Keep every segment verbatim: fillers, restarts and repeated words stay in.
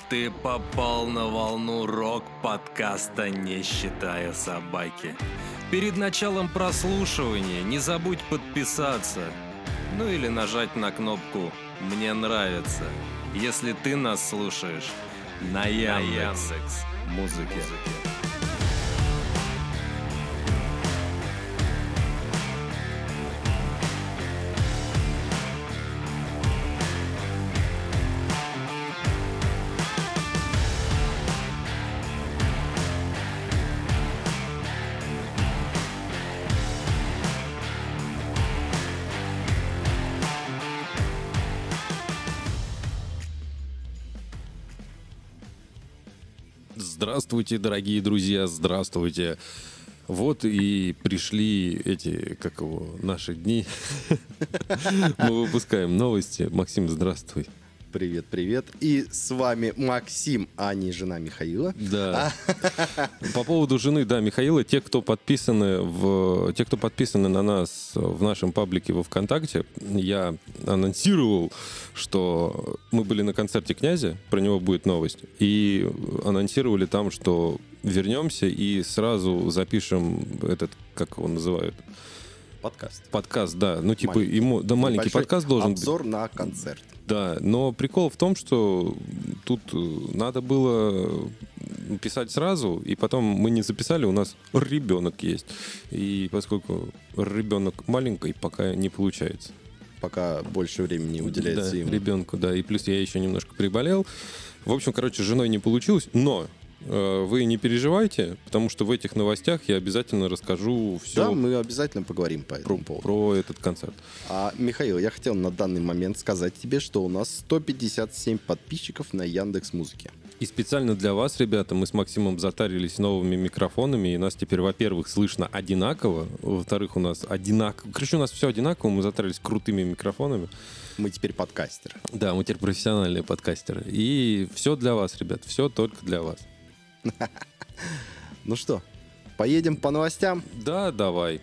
Ты попал на волну рок-подкаста «Не считая собаки». Перед началом прослушивания не забудь подписаться. Ну или нажать на кнопку «Мне нравится», если ты нас слушаешь на Яндекс.Музыке. Здравствуйте, дорогие друзья, здравствуйте. Вот и пришли эти, как его, наши дни. Мы выпускаем новости. Максим, здравствуй. Привет, привет. И с вами Максим, а не жена Михаила. Да. По поводу жены, да, Михаила, те, кто подписаны в, те, кто подписаны на нас в нашем паблике во ВКонтакте, я анонсировал, что мы были на концерте Князя, про него будет новость, и анонсировали там, что вернемся и сразу запишем этот, как его называют? Подкаст. Подкаст, да. Ну, типа, маленький. ему, да, маленький Небольшой подкаст должен быть. Обзор на концерт. Да, но прикол в том, что тут надо было писать сразу, и потом мы не записали, у нас ребенок есть. И поскольку ребенок маленький, пока не получается. Пока больше времени уделяется да, ему. Ребенку, да. И плюс я еще немножко приболел. В общем, короче, с женой не получилось, но э, вы не переживайте, потому что в этих новостях я обязательно расскажу все. Да, мы обязательно поговорим по этому про, поводу. про этот концерт. А, Михаил, я хотел на данный момент сказать тебе, что у нас сто пятьдесят семь подписчиков на Яндекс.Музыке. И специально для вас, ребята, мы с Максимом затарились новыми микрофонами, и нас теперь, во-первых, слышно одинаково, во-вторых, у нас одинаково... Короче, у нас все одинаково, мы затарились крутыми микрофонами. Мы теперь подкастеры. Да, мы теперь профессиональные подкастеры. И все для вас, ребят, все только для вас. Ну что, поедем по новостям? Да, давай.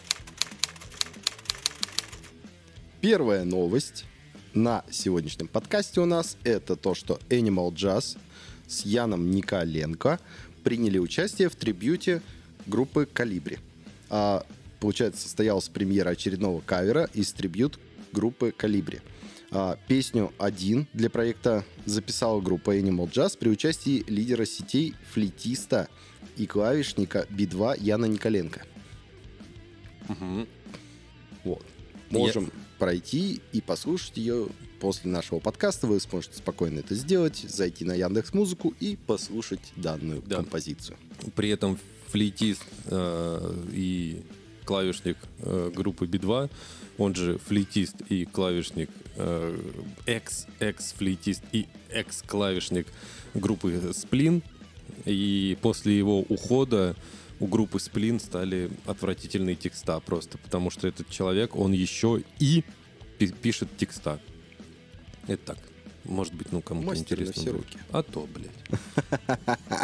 Первая новость на сегодняшнем подкасте у нас это то, что Animal Jazz с Яном Николенко приняли участие в трибьюте группы «Колибри». А, получается, состоялась премьера очередного кавера из трибьют группы «Колибри». А, песню «Один» для проекта записала группа Animal Jazz при участии лидера сетей, флейтиста и клавишника би два Яна Николенко. Угу. Вот. Можем Я... пройти и послушать ее после нашего подкаста. Вы сможете спокойно это сделать, зайти на Яндекс.Музыку и послушать данную да. композицию. При этом флейтист э, и клавишник э, группы би два, он же флейтист и клавишник, э, экс, экс-флейтист и экс-клавишник группы Сплин. И после его ухода у группы Сплин стали отвратительные текста просто, потому что этот человек, он еще и пишет текста. Это так. Может быть, ну, кому-то Мастер интересно. на все руки. А то, блядь.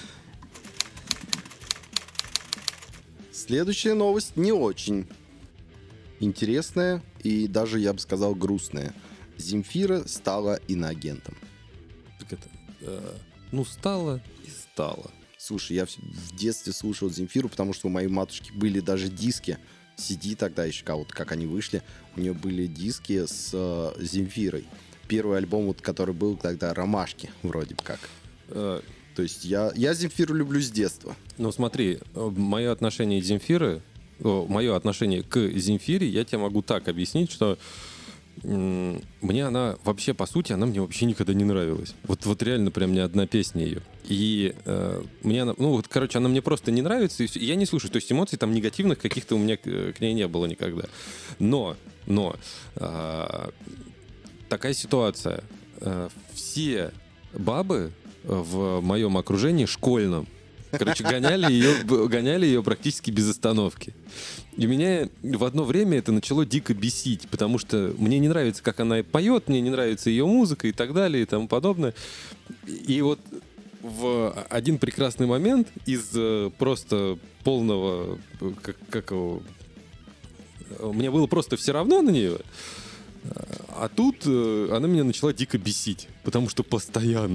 Следующая новость не очень интересная и даже, я бы сказал, грустная. Земфира стала иноагентом. Так это... Э, ну, стала и стала. Слушай, я в детстве слушал Земфиру, потому что у моей матушки были даже диски. си ди тогда еще, вот как они вышли, у нее были диски с э, Земфирой. Первый альбом, вот, который был тогда, «Ромашки», вроде бы как. Э, то есть я, я Земфиру люблю с детства. Ну, смотри, мое отношение к Земфире, мое отношение к Земфире, я тебе могу так объяснить, что м- мне она вообще, по сути, она мне вообще никогда не нравилась. Вот, вот реально прям ни одна песня ее. И э, мне она, ну вот, короче, она мне просто не нравится, и я не слушаю. То есть эмоций там негативных каких-то у меня к, к ней не было никогда. Но, но э, такая ситуация. Э, все бабы в моем окружении школьном, короче, гоняли ее, гоняли ее практически без остановки. И меня в одно время это начало дико бесить, потому что мне не нравится, как она поет, мне не нравится ее музыка и так далее и тому подобное. И вот в один прекрасный момент из просто полного, как, как его, мне было просто все равно на нее, а тут она меня начала дико бесить, потому что постоянно,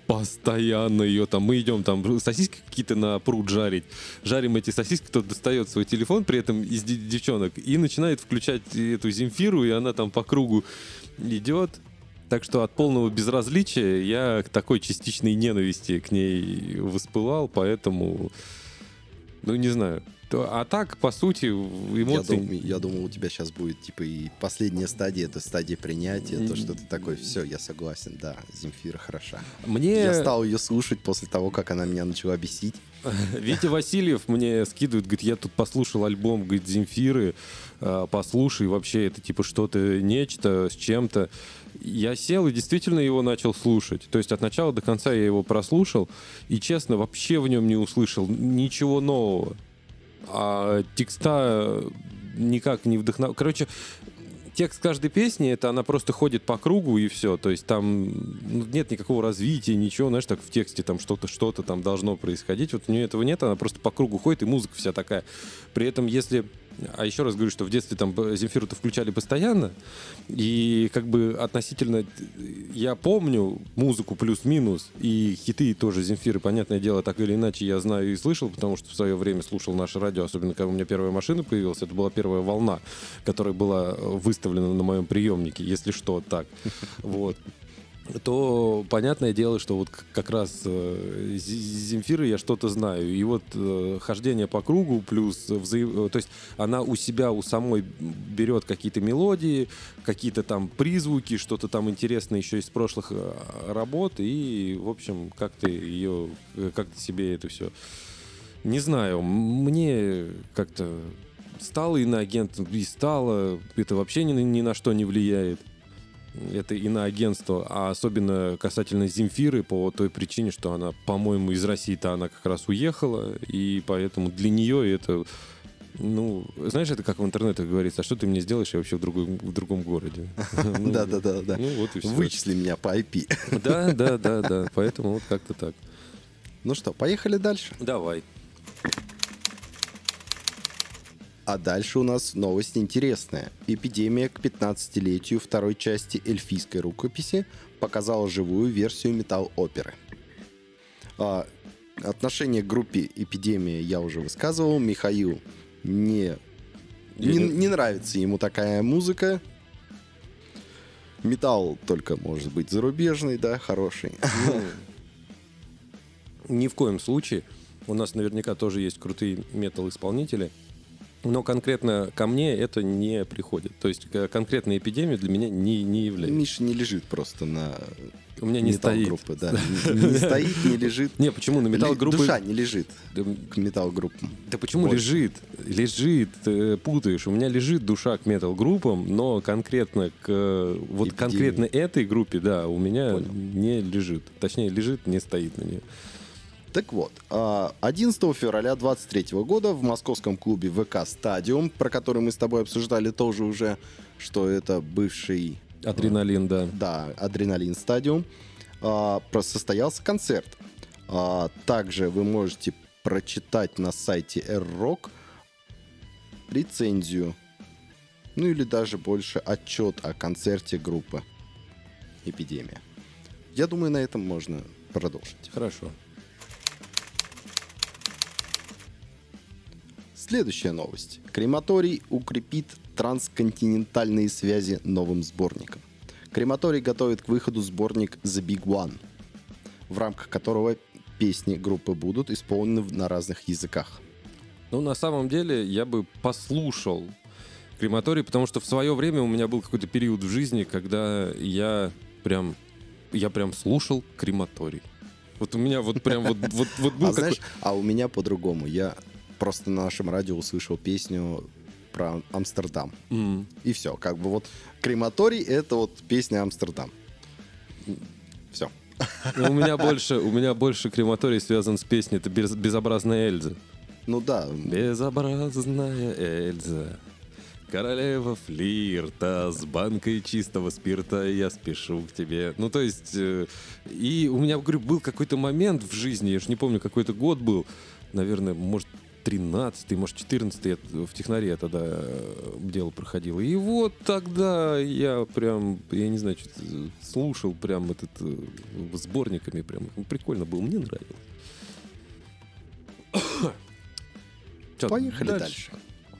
постоянно ее там, мы идем там сосиски какие-то на пруд жарить, жарим эти сосиски, кто достает свой телефон при этом из девчонок и начинает включать эту Земфиру, и она там по кругу идет. Так что от полного безразличия я к такой частичной ненависти к ней воспылал, поэтому, ну не знаю. А так, по сути, эмоции... Я, дум, я думал, у тебя сейчас будет, типа, и последняя стадия, это стадия принятия, то, что ты такой, все, я согласен, да, Земфира хороша. Мне... Я стал ее слушать после того, как она меня начала бесить. Витя Васильев мне скидывает, говорит, я тут послушал альбом, говорит, Земфиры, послушай, вообще это типа что-то, нечто с чем-то. Я сел и действительно его начал слушать. То есть от начала до конца я его прослушал, и, честно, вообще в нем не услышал ничего нового. А текста никак не вдохновляют. Короче, текст каждой песни, это она просто ходит по кругу и все. То есть там ну, нет никакого развития, ничего, знаешь, так в тексте там что-то, что-то там должно происходить. Вот у нее этого нет, она просто по кругу ходит, и музыка вся такая. При этом, если... А еще раз говорю, что в детстве там Земфиру-то включали постоянно, и как бы относительно я помню музыку плюс-минус, и хиты тоже Земфиры, понятное дело, так или иначе я знаю и слышал, потому что в свое время слушал наше радио, особенно когда у меня первая машина появилась, это была первая волна, которая была выставлена на моем приемнике, если что, так. Вот. То понятное дело, что вот как раз э, Земфиры я что-то знаю. И вот э, хождение по кругу плюс взаим... То есть она у себя, у самой берет какие-то мелодии, какие-то там призвуки, что-то там интересное еще из прошлых работ. И, в общем, как-то ее, как-то себе это все... Не знаю, мне как-то стало иноагентом, и стало. Это вообще ни, ни на что не влияет. Это иноагентство, а особенно касательно Земфиры по той причине, что она, по-моему, из России-то она как раз уехала, и поэтому для нее это, ну, знаешь, это как в интернете говорится, а что ты мне сделаешь, я вообще в, другой, в другом городе. Да-да-да. Ну вот и все. Вычисли меня по ай пи. Да-да-да-да, поэтому вот как-то так. Ну что, поехали дальше? Давай. А дальше у нас новость интересная. Эпидемия к пятнадцатилетию второй части эльфийской рукописи показала живую версию метал-оперы. А, отношение к группе «Эпидемия» я уже высказывал. Михаил не, не, не нравится ему такая музыка. Металл только может быть зарубежный, да, хороший. Ну, ни в коем случае. У нас наверняка тоже есть крутые метал-исполнители. Но конкретно ко мне это не приходит. То есть конкретная эпидемия для меня не, не является. Миша не лежит просто на у меня не стоит. Метал-группы, да. Не стоит, не лежит. Не, почему на метал-группы... Душа не лежит к метал-группам. Да почему лежит? Лежит, путаешь. У меня лежит душа к метал-группам, но конкретно к вот конкретно этой группе, да, у меня не лежит. Точнее, лежит, не стоит на ней. Так вот, одиннадцатого февраля двадцать третьего года в московском клубе вэ ка «Стадиум», про который мы с тобой обсуждали тоже уже, что это бывший... Адреналин, да. Да, «Адреналин Стадиум», состоялся концерт. Также вы можете прочитать на сайте R-Rock рецензию, ну или даже больше отчет о концерте группы «Эпидемия». Я думаю, на этом можно продолжить. Хорошо. Следующая новость. Крематорий укрепит трансконтинентальные связи новым сборником. Крематорий готовит к выходу сборник The Big One, в рамках которого песни группы будут исполнены на разных языках. Ну, на самом деле, я бы послушал Крематорий, потому что в свое время у меня был какой-то период в жизни, когда я прям, я прям слушал Крематорий. Вот у меня вот прям вот, вот, вот был а какой... знаешь, а у меня по-другому. Я просто на нашем радио услышал песню про Амстердам. Mm. И все. Как бы вот Крематорий — это вот песня Амстердам. Все. У меня больше, у меня больше Крематорий связан с песней. Это без, «Безобразная Эльза». Ну да. Безобразная Эльза, королева флирта, с банкой чистого спирта я спешу к тебе. Ну, то есть... Э, и у меня, говорю, был какой-то момент в жизни, я же не помню, какой это год был, наверное, может, тринадцатый, может, четырнадцатый в технаре я тогда э, дело проходил. И вот тогда я прям, я не знаю, что-то слушал прям этот э, сборниками, прям прикольно было, мне нравилось. Чё, Поехали дальше. дальше.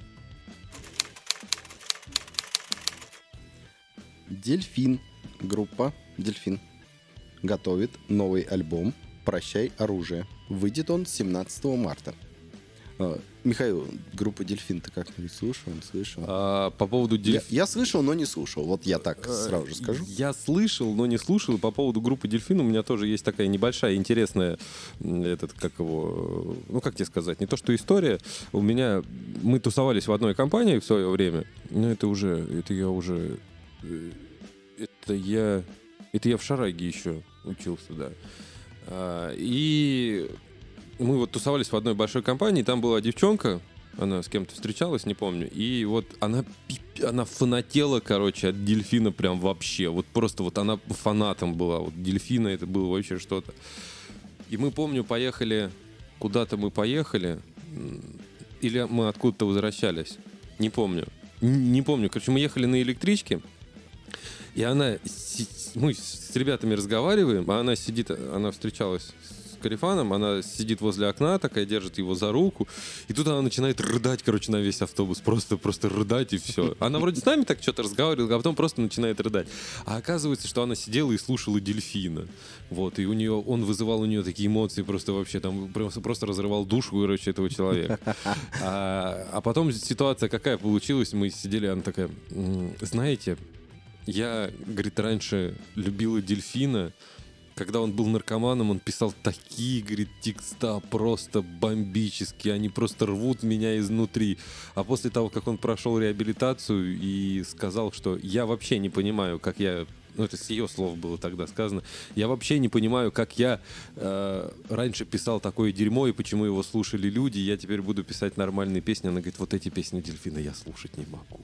Дельфин. Группа Дельфин готовит новый альбом «Прощай, оружие». Выйдет он семнадцатого марта. А, Михаил, группа Дельфин ты как-нибудь слушал? Слышал? А, по поводу Дельфин... Я, я слышал, но не слушал. Вот я так сразу же скажу. Я слышал, но не слушал. И по поводу группы Дельфин у меня тоже есть такая небольшая, интересная, этот, как его, ну, как тебе сказать, не то что история. У меня, мы тусовались в одной компании в свое время, но это уже, это я уже, это я, это я в Шараге еще учился, да. И мы вот тусовались в одной большой компании, там была девчонка, она с кем-то встречалась, не помню, и вот она, она фанатела, короче, от Дельфина прям вообще, вот просто вот она фанатом была, вот Дельфина это было вообще что-то. И мы, помню, поехали, куда-то мы поехали, или мы откуда-то возвращались, не помню, не помню, короче, мы ехали на электричке, и она, мы с ребятами разговариваем, а она сидит, она встречалась с Карифаном, она сидит возле окна, такая держит его за руку, и тут она начинает рыдать, короче, на весь автобус, просто, просто рыдать и все. Она вроде с нами так что-то разговаривала, а потом просто начинает рыдать. А оказывается, что она сидела и слушала Дельфина. Вот, и у нее, он вызывал у нее такие эмоции, просто вообще там просто, просто разрывал душу, короче, этого человека. А, а потом ситуация какая получилась, мы сидели, она такая, знаете, я, говорит, раньше любила Дельфина. Когда он был наркоманом, он писал такие, говорит, текста просто бомбические. Они просто рвут меня изнутри. А после того, как он прошел реабилитацию и сказал, что я вообще не понимаю, как я... Ну, это с ее слов было тогда сказано. Я вообще не понимаю, как я э, раньше писал такое дерьмо, и почему его слушали люди. Я теперь буду писать нормальные песни. Она говорит, вот эти песни Дельфина я слушать не могу.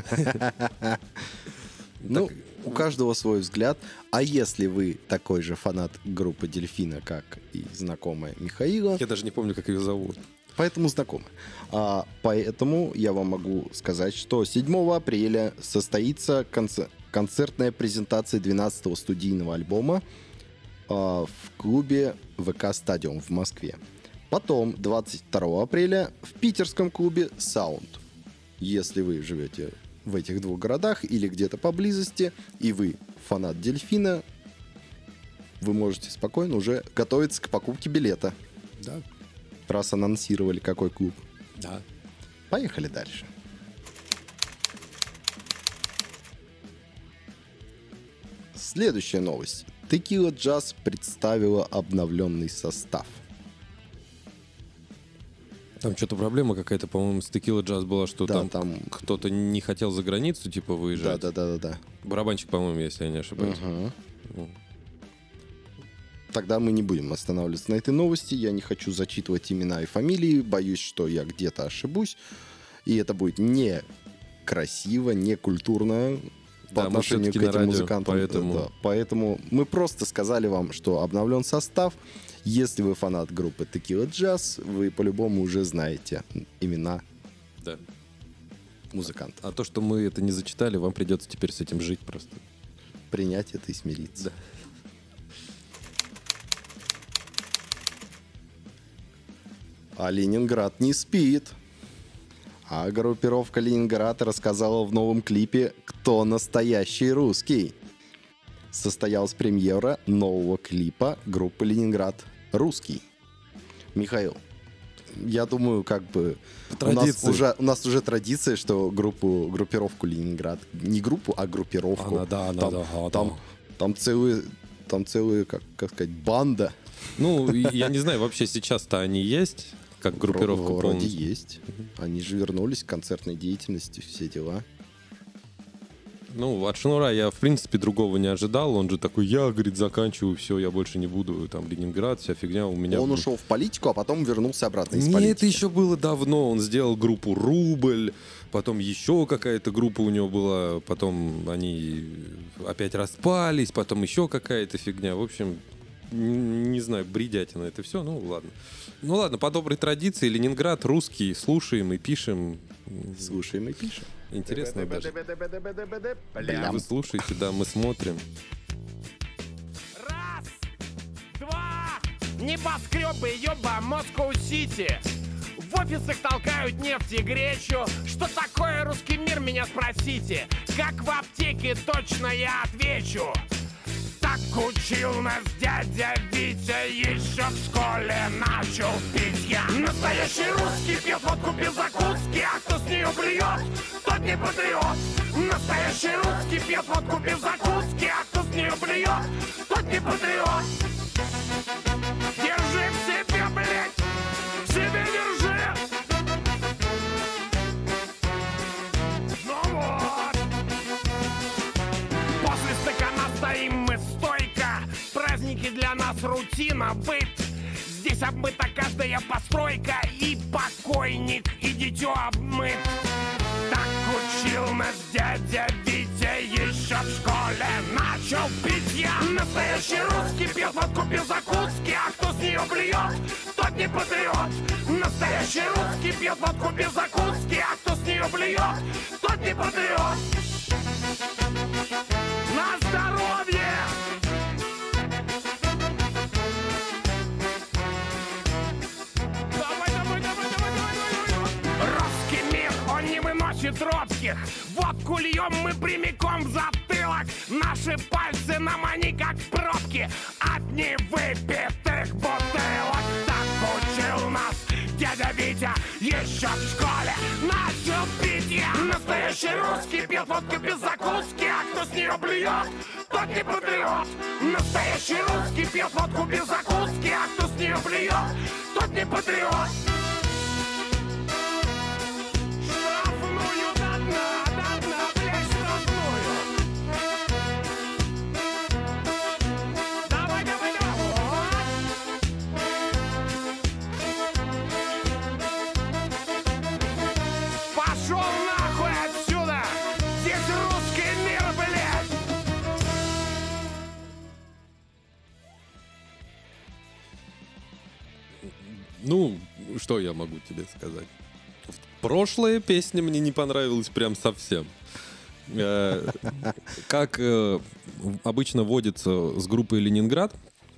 Ну, так... у каждого свой взгляд. А если вы такой же фанат группы Дельфина, как и знакомая Михаила... Я даже не помню, как ее зовут. Поэтому знакомы. А, поэтому я вам могу сказать, что седьмого апреля состоится концерт, концертная презентация двенадцатого студийного альбома а, в клубе ВК «Стадиум» в Москве. Потом, двадцать второго апреля, в питерском клубе «Саунд». Если вы живете в этих двух городах или где-то поблизости, и вы фанат Дельфина, вы можете спокойно уже готовиться к покупке билета. Да. Раз анонсировали, какой клуб. Да. Поехали дальше. Следующая новость. Tequila Jazz представила обновленный состав. Там что-то проблема какая-то, по-моему, с Tequila Jazz была, что Да, там, там- кто-то не хотел за границу, типа, выезжать. Да-да-да-да-да. Барабанщик, по-моему, если я не ошибаюсь. Мгм. Ну, Тогда мы не будем останавливаться на этой новости. Я не хочу зачитывать имена и фамилии. Боюсь, что я где-то ошибусь. И это будет не красиво, не культурно по Да, мы отношению к всё-таки на этим радио, музыкантам. поэтому- Да, поэтому мы просто сказали вам, что обновлен состав. Если вы фанат группы Tequila Jazz, вы по-любому уже знаете имена да. музыкантов. А то, что мы это не зачитали, вам придется теперь с этим жить просто. Принять это и смириться. Да. А Ленинград не спит. А группировка Ленинград рассказала в новом клипе, кто настоящий русский. Состоялась премьера нового клипа группы Ленинград «Русский». Михаил, я думаю, как бы у нас, Традиции. уже, у нас уже традиция, что группу, группировку Ленинград, не группу, а группировку. Она, да, она, там, да, да. там, там целые, там целые, как, как сказать, банда. Ну, и я не знаю, вообще сейчас-то они есть, как группировка Вроде полностью? есть. Они же вернулись к концертной деятельности, все дела. Ну, от Шнура я, в принципе, другого не ожидал. Он же такой, я, говорит, заканчиваю, все, я больше не буду, там, Ленинград, вся фигня у меня... Он ушел в политику, а потом вернулся обратно из Нет, политики. это еще было давно. Он сделал группу «Рубль», потом еще какая-то группа у него была, потом они опять распались, потом еще какая-то фигня. В общем, не знаю, бредятина это все, ну ладно. Ну ладно, по доброй традиции, Ленинград, русский, слушаем и пишем. Слушаем и пишем. Интересно даже. Блям. Вы слушаете, да, мы смотрим. Раз, два, небоскребы, ёба, Москва-Сити. В офисах толкают нефть и гречу. Что такое русский мир, меня спросите. Как в аптеке, точно я отвечу. Так учил нас дядя Витя, еще в школе начал пить я. Настоящий русский пьет водку без закуски, а кто с нее блюет, тот не патриот. Настоящий русский пьет водку без закуски, а кто с нее блюет, тот не патриот. Держи в себе, блядь, в себе держи. Ну вот. После стакана стоим мы стойко. Праздники для нас рутина, быт. Здесь обмыта каждая постройка. И покойник, и дитё обмыт. Так учил нас дядя Витя, еще в школе начал пить я. Настоящий русский пьет водку без закуски, а кто с нее блюет, тот не патриот. Настоящий русский пьет водку без закуски, а кто с нее блюет, тот не патриот. На здоровье! Давай, давай, давай, давай, давай, давай. Русский мир, он не выносит робких. Водку льем мы прямиком в затылок. Наши пальцы нам они как пробки от невыпитых бутылок. Так учил нас дядя Витя, еще в школе начал пить я. Настоящий русский пьет водку без закуски, а кто с нее блюет, тот не патриот. Настоящий русский пьет водку без закуски, а кто с нее блюет, тот не патриот. Штрафную до дна, до дна, блядь, штрафную. Давай, давай, давай. Пошел нахуй отсюда! Здесь русский мир, блядь! Ну, что я могу тебе сказать? Прошлая песня мне не понравилась прям совсем. Э, Как э, обычно водится с группой «Ленинград»,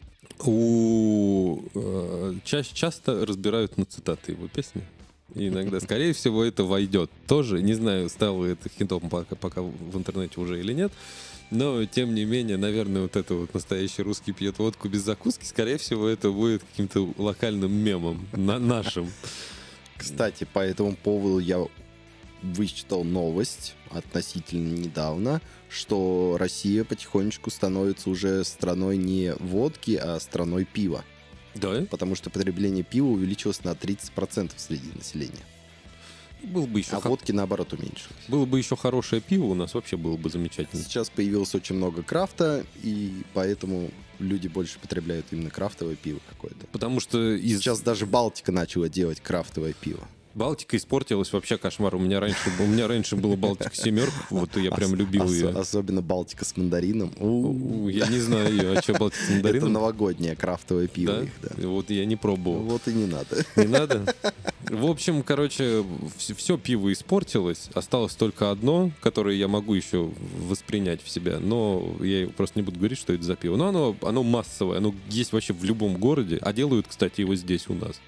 у э, ча- часто разбирают на цитаты его песни. И иногда, скорее всего, это войдет. Тоже, не знаю, стало это хитом пока, пока в интернете уже или нет. Но, тем не менее, наверное, вот это вот настоящий русский пьет водку без закуски, скорее всего, это будет каким-то локальным мемом на нашим. Кстати, по этому поводу я вычитал новость относительно недавно, что Россия потихонечку становится уже страной не водки, а страной пива. Да? Потому что потребление пива увеличилось на тридцать процентов среди населения. Было бы еще А хо- водки, наоборот, уменьшилось. было бы еще хорошее пиво, у нас вообще было бы замечательно. Сейчас появилось очень много крафта, и поэтому люди больше потребляют именно крафтовое пиво какое-то. Потому что из Сейчас даже Балтика начала делать крафтовое пиво. Балтика испортилась, вообще кошмар. У меня раньше, у меня раньше была Балтика семерка, вот я прям любил Ос- ее. Особенно Балтика с мандарином. У, У, Я не знаю ее, а что Балтика с Это мандарином? новогоднее крафтовое пиво Да? их, да. Вот я не пробовал. Вот и не надо. Не надо? В общем, короче, все, пиво испортилось. Осталось только одно, которое я могу еще воспринять в себя. Но я просто не буду говорить, что это за пиво. Но оно, оно массовое. Оно есть вообще в любом городе. А делают, кстати, его здесь у нас.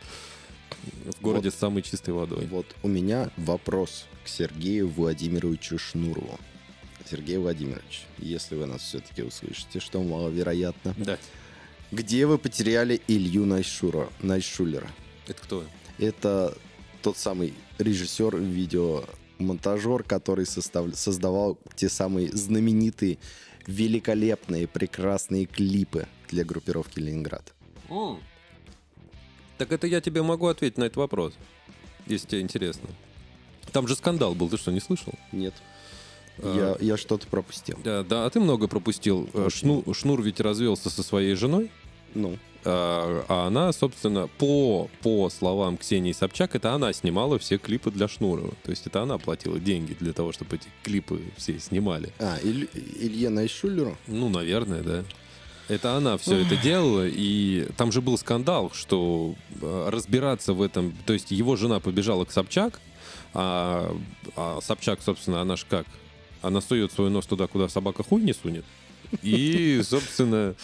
В городе Вот. с самой чистой водой. Вот у меня вопрос к Сергею Владимировичу Шнурову. Сергей Владимирович, если вы нас все-таки услышите, что маловероятно, Да. где вы потеряли Илью Найшура, Найшулера? Это кто? Это тот самый режиссер, видеомонтажер, который состав- создавал те самые знаменитые, великолепные, прекрасные клипы для группировки «Ленинград». М. Так это я тебе могу ответить на этот вопрос, если тебе интересно. Там же скандал был, ты что, не слышал? Нет. А. Я, я что-то пропустил. Да, да, а ты много пропустил. Э, Шну- Шнур ведь развелся со своей женой, Ну, а, а она, собственно, по, по словам Ксении Собчак, это она снимала все клипы для Шнурова. То есть это она платила деньги для того, чтобы эти клипы все снимали. а, Иль- Илье Найшулеру? Ну, наверное, да. Это она все это делала, и там же был скандал, что э, разбираться в этом... То есть его жена побежала к Собчак, а, а Собчак, собственно, она ж как? Она сует свой нос туда, куда собака хуй не сунет. И, собственно,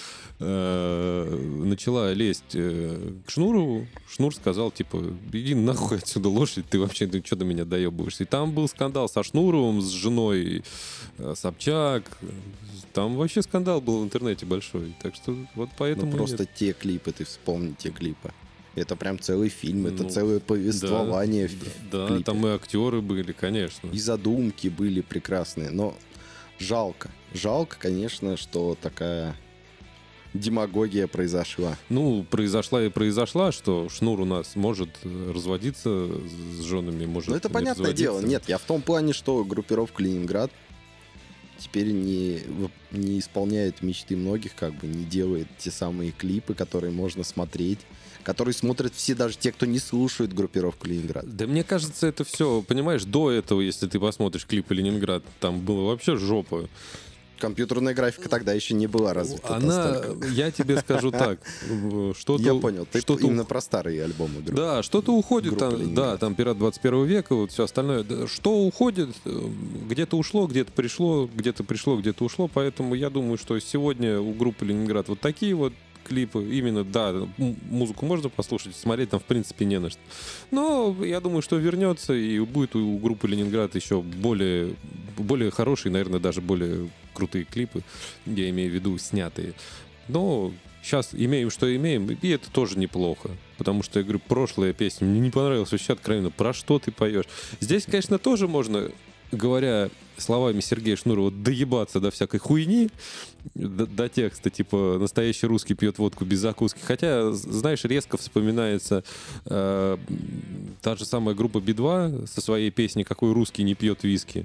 э, начала лезть э, к Шнурову. Шнур сказал, типа, иди нахуй отсюда, лошадь, ты вообще ты что до меня доебываешься. И там был скандал со Шнуровым, с женой э, Собчак. Там вообще скандал был в интернете большой. Так что вот поэтому... Ну, просто нет. те клипы, ты вспомни те клипы. Это прям целый фильм, это Ну, целое повествование в Да, клипе. там и актеры были, конечно. И задумки были прекрасные, но жалко. Жалко, конечно, что такая демагогия произошла. Ну, произошла и произошла, что Шнур у нас может э, разводиться с женами, может Ну, это не понятное дело. разводиться. Нет, я в том плане, что группировка «Ленинград» теперь не, не исполняет мечты многих, как бы не делает те самые клипы, которые можно смотреть, которые смотрят все, даже те, кто не слушает группировку «Ленинград». Да мне кажется, это все, понимаешь, до этого, если ты посмотришь клипы «Ленинград», там было вообще жопа. Компьютерная графика тогда еще не была развита Она, настолько. я тебе скажу так, что-то... Я понял, ты что-то именно про старые альбомы. группы. Да, что-то уходит, Группа там, «Ленинград». да, там «Пират двадцать первого века», вот все остальное. Да, что уходит, э, где-то ушло, где-то пришло, где-то пришло, где-то ушло, поэтому я думаю, что сегодня у группы «Ленинград» вот такие вот клипы. Именно, да, м- музыку можно послушать, смотреть там в принципе не на что. Но я думаю, что вернется и будет у группы «Ленинград» еще более, более хорошие, наверное, даже более крутые клипы, я имею в виду снятые. Но сейчас имеем, что имеем, и это тоже неплохо. Потому что, я говорю, прошлая песня мне не понравилась вообще откровенно. Про что ты поешь? Здесь, конечно, тоже можно, говоря словами Сергея Шнурова, доебаться до всякой хуйни, до, до текста, типа «Настоящий русский пьет водку без закуски». Хотя, знаешь, резко вспоминается э, та же самая группа Би два со своей песней «Какой русский не пьет виски».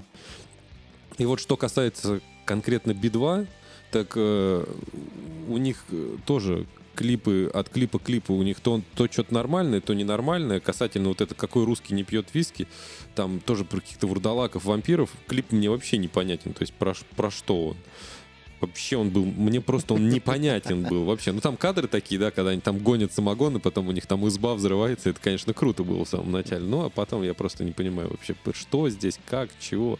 И вот что касается конкретно Би два, так э, у них тоже клипы, от клипа к клипу у них то, то что-то нормальное, то ненормальное. Касательно вот это «Какой русский не пьет виски», там тоже про каких-то вурдалаков, вампиров. Клип мне вообще непонятен, то есть про, про что он. Вообще он был, мне просто он непонятен был вообще. Ну там кадры такие, да, когда они там гонят самогон, и потом у них там изба взрывается, это, конечно, круто было в самом начале. Ну а потом я просто не понимаю вообще, что здесь, как, чего.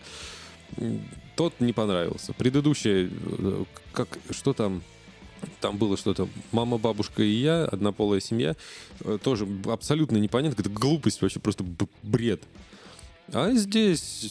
Тот не понравился. Предыдущая, как, что там, там было что-то, мама, бабушка и я, однополая семья, тоже абсолютно непонятно, это глупость вообще, просто бред. А здесь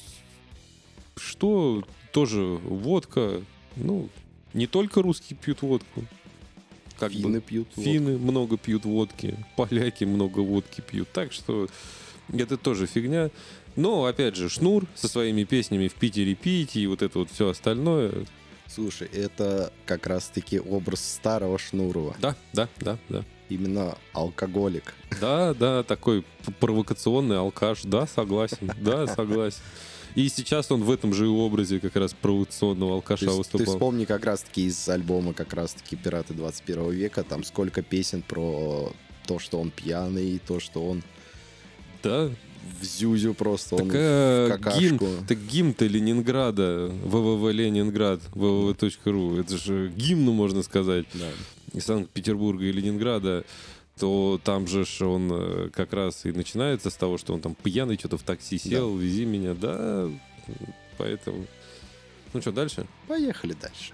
что, тоже водка, ну, не только русские пьют водку. Как Финны бы, пьют водку. Финны много пьют водки, поляки много водки пьют, так что это тоже фигня. Но, опять же, Шнур со своими песнями «В Питере пить» и вот это вот все остальное. Слушай, это как раз-таки образ старого Шнурова. Да, да, да, да. Именно алкоголик. Да, да, такой п- провокационный алкаш. Да, согласен, да, согласен. И сейчас он в этом же образе как раз провокационного алкаша Ты, ты выступал. вспомни как раз-таки из альбома как раз-таки «Пираты двадцать первого века», там сколько песен про то, что он пьяный, то, что он Да. в зюзю просто, он Так, э, в какашку. гимн, так гимн-то Ленинграда, вэ вэ вэ Ленинград, вэ вэ вэ точка ру, это же гимн, можно сказать, Да. из Санкт-Петербурга и Ленинграда, то там же ж он э, как раз и начинается с того, что он там пьяный, что-то в такси сел, вези меня, да, поэтому... Ну что, дальше? Поехали дальше.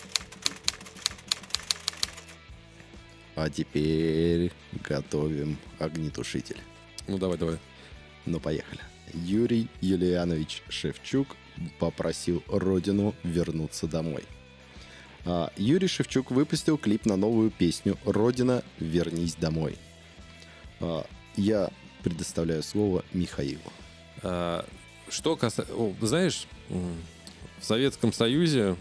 А теперь готовим огнетушитель. Ну давай, давай. Ну, поехали. Юрий Юлианович Шевчук попросил родину вернуться домой. А, Юрий Шевчук выпустил клип на новую песню «Родина, вернись домой». А, я предоставляю слово Михаилу. А, что касается... Знаешь, м, в Советском Союзе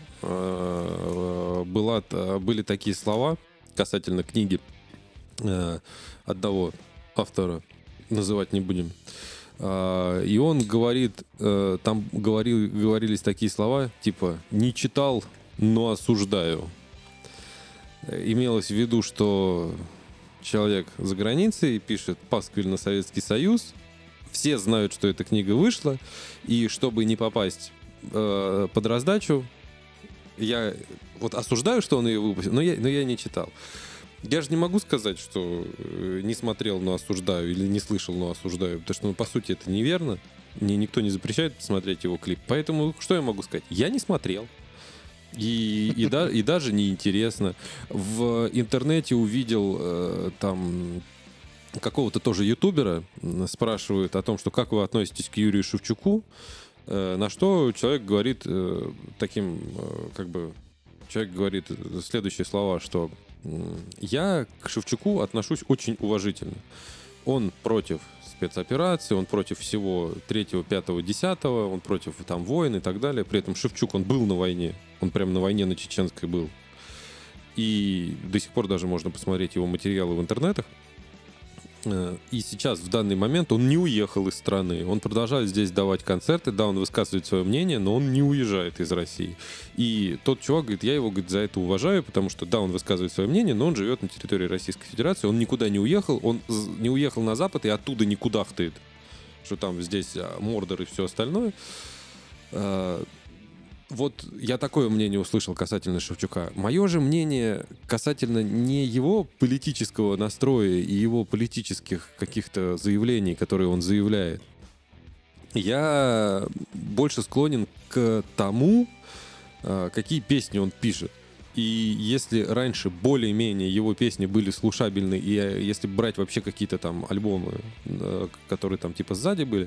э, была, т- были такие слова касательно книги э, одного автора, называть не будем. А, и он говорит, э, там говорил, говорились такие слова, типа «не читал, но осуждаю». Имелось в виду, что человек за границей пишет пасквиль на Советский Союз, все знают, что эта книга вышла, и чтобы не попасть э, под раздачу, я вот осуждаю, что он ее выпустил, но я, но я не читал. Я же не могу сказать, что не смотрел, но осуждаю, или не слышал, но осуждаю, потому что, ну, по сути, это неверно. Мне никто не запрещает посмотреть его клип. Поэтому что я могу сказать? Я не смотрел. И, и, да, и даже неинтересно. В интернете увидел э, там какого-то тоже ютубера, спрашивают о том, что как вы относитесь к Юрию Шевчуку, э, на что человек говорит э, таким, э, как бы, человек говорит следующие слова, что э, я к Шевчуку отношусь очень уважительно. Он против спецоперации, он против всего третьего, пятого, десятого, он против там войн и так далее. При этом Шевчук, он был на войне, он прям на войне на Чеченской был. И до сих пор даже можно посмотреть его материалы в интернетах. И сейчас, в данный момент, он не уехал из страны. Он продолжает здесь давать концерты. Да, он высказывает свое мнение, но он не уезжает из России. И тот чувак говорит, я его, говорит, за это уважаю, потому что, да, он высказывает свое мнение, но он живет на территории Российской Федерации. Он никуда не уехал. Он не уехал на Запад и оттуда не кудахтает. Что там здесь Мордор и все остальное. Вот я такое мнение услышал касательно Шевчука. Мое же мнение касательно не его политического настроя и его политических каких-то заявлений, которые он заявляет. Я больше склонен к тому, какие песни он пишет. И если раньше более-менее его песни были слушабельны, и если брать вообще какие-то там альбомы, которые там типа сзади были,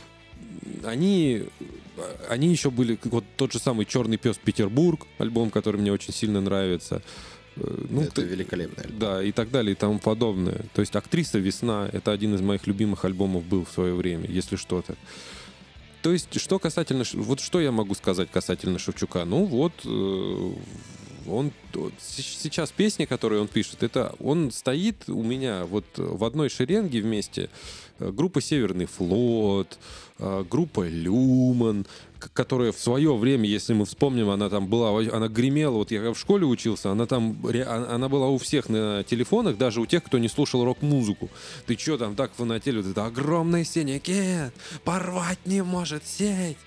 они, они еще были, вот тот же самый «Черный пес Петербург», альбом, который мне очень сильно нравится. Ну, это ты, великолепный альбом. Да, и так далее, и тому подобное. То есть «Актриса Весна» — это один из моих любимых альбомов был в свое время, если что-то. То есть, что касательно... Вот что я могу сказать касательно Шевчука? Ну, вот... Он сейчас песни, которые он пишет, это он стоит у меня вот в одной шеренге вместе. Группа «Северный флот», группа «Люман», которая в свое время, если мы вспомним, она там была, она гремела, вот я в школе учился, она там, она была у всех на телефонах, даже у тех, кто не слушал рок-музыку. Ты что там так фанатели? Вот это огромный синий кит, порвать не может сеть,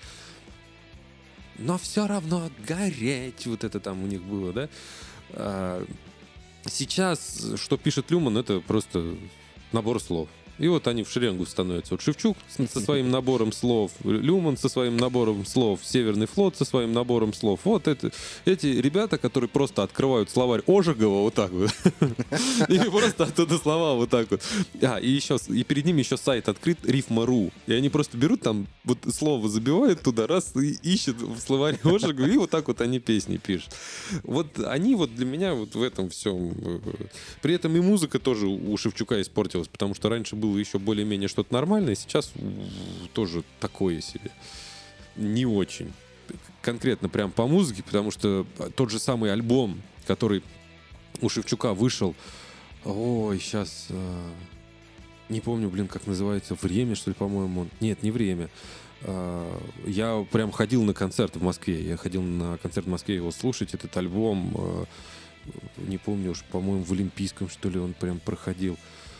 но все равно гореть. Вот это там у них было, да? А сейчас, что пишет Люман, это просто набор слов. И вот они в шеренгу становятся. Вот Шевчук со своим набором слов, Люман со своим набором слов, Северный флот со своим набором слов. Вот это, эти ребята, которые просто открывают словарь Ожегова вот так вот. И просто оттуда слова вот так вот. А, и еще, и перед ними еще сайт открыт рифма точка ру. И они просто берут там, вот слово забивают туда, раз, и ищут в словаре Ожегова, и вот так вот они песни пишут. Вот они вот для меня вот в этом всем. При этом и музыка тоже у Шевчука испортилась, потому что раньше было еще более-менее что-то нормальное, сейчас тоже такое себе. Не очень. Конкретно прям по музыке, потому что тот же самый альбом, который у Шевчука вышел, ой, сейчас э, не помню, блин, как называется, «Время», что ли, по-моему. Нет, не «Время». Э, я прям ходил на концерт в Москве. Я ходил на концерт в Москве его слушать, этот альбом. Э, не помню уж, по-моему, в Олимпийском, что ли, он прям проходил.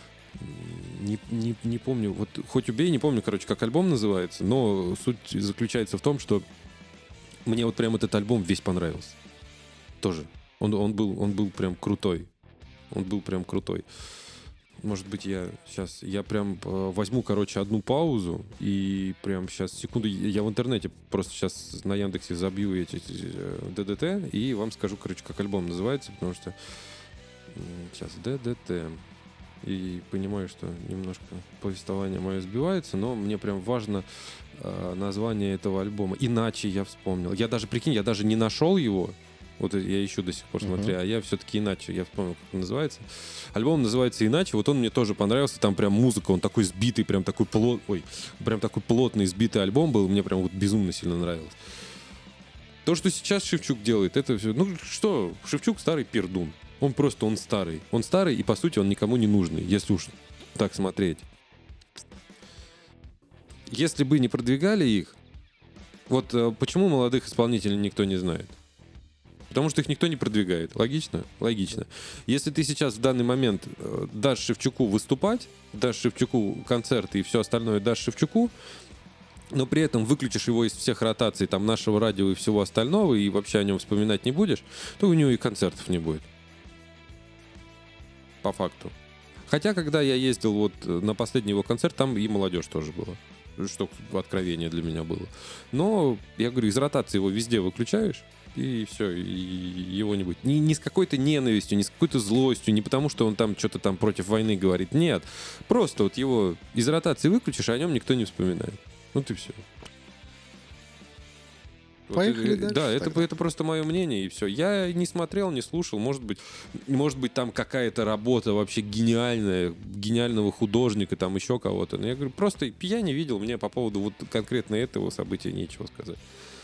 Не, не, не помню, вот хоть убей, не помню, короче, как альбом называется, но суть заключается в том, что мне вот прям этот альбом весь понравился. Тоже. Он, он, был, он был прям крутой. Он был прям крутой. Может быть, я сейчас, я прям возьму, короче, одну паузу и прям сейчас, секунду, я в интернете просто сейчас на Яндексе забью эти ДДТ и вам скажу, короче, как альбом называется, потому что сейчас ДДТ. И понимаю, что немножко повествование мое сбивается, но мне прям важно э, название этого альбома. «Иначе» я вспомнил. Я даже, прикинь, я даже не нашел его. Вот я ищу до сих пор, uh-huh. смотря, а я все-таки «Иначе». Я вспомнил, как он называется. Альбом называется «Иначе». Вот он мне тоже понравился. Там прям музыка, он такой сбитый, прям такой плот... Ой, прям такой плотный сбитый альбом был. Мне прям вот безумно сильно нравилось. То, что сейчас Шевчук делает, это все... Ну что, Шевчук старый пердун. Он просто, он старый. Он старый, и, по сути, он никому не нужный, если уж так смотреть. Если бы не продвигали их, вот почему молодых исполнителей никто не знает? Потому что их никто не продвигает. Логично? Логично. Если ты сейчас в данный момент дашь Шевчуку выступать, дашь Шевчуку концерты и все остальное дашь Шевчуку, но при этом выключишь его из всех ротаций там нашего радио и всего остального, и вообще о нем вспоминать не будешь, то у него и концертов не будет. По факту. Хотя, когда я ездил вот на последний его концерт, там и молодежь тоже была. Что откровение для меня было. Но, я говорю, из ротации его везде выключаешь, и все, и его не будет. Ни, ни с какой-то ненавистью, ни с какой-то злостью, не потому, что он там что-то там против войны говорит. Нет. Просто вот его из ротации выключишь, а о нем никто не вспоминает. Вот и все. Поехали вот, дальше. Да, это, тогда. это просто мое мнение, и все. Я не смотрел, не слушал. Может быть, может быть там какая-то работа вообще гениальная, гениального художника, там еще кого-то. Но я говорю, просто я не видел, мне по поводу вот конкретно этого события нечего сказать.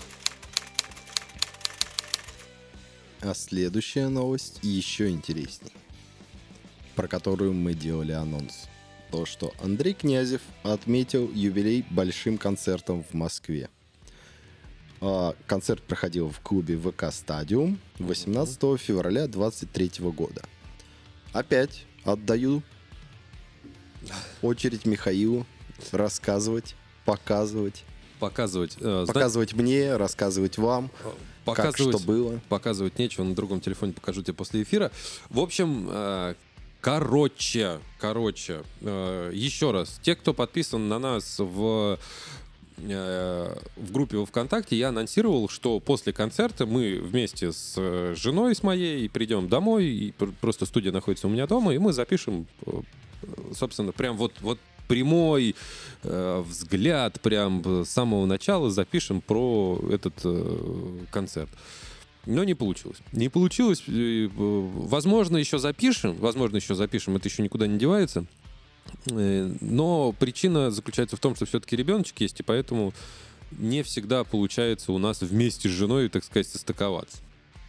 А следующая новость еще интересней, про которую мы делали анонс. То, что Андрей Князев отметил юбилей большим концертом в Москве. А, концерт проходил в клубе ВК «Стадиум» восемнадцатого февраля двадцать третьего года. Опять отдаю очередь Михаилу рассказывать, показывать. Показывать. Э, Показывать мне, рассказывать вам, показывать, как что было. Показывать нечего, на другом телефоне покажу тебе после эфира. В общем, э, короче, короче, э, еще раз, те, кто подписан на нас в, э, в группе во ВКонтакте, я анонсировал, что после концерта мы вместе с женой с моей придем домой, и просто студия находится у меня дома, и мы запишем, собственно, прям вот, вот прямой э, взгляд, прям с самого начала запишем про этот э, концерт. Но не получилось. Не получилось. Э, возможно, еще запишем. Возможно, еще запишем. Это еще никуда не девается. Э, но причина заключается в том, что все-таки ребеночек есть, и поэтому не всегда получается у нас вместе с женой, так сказать, состыковаться.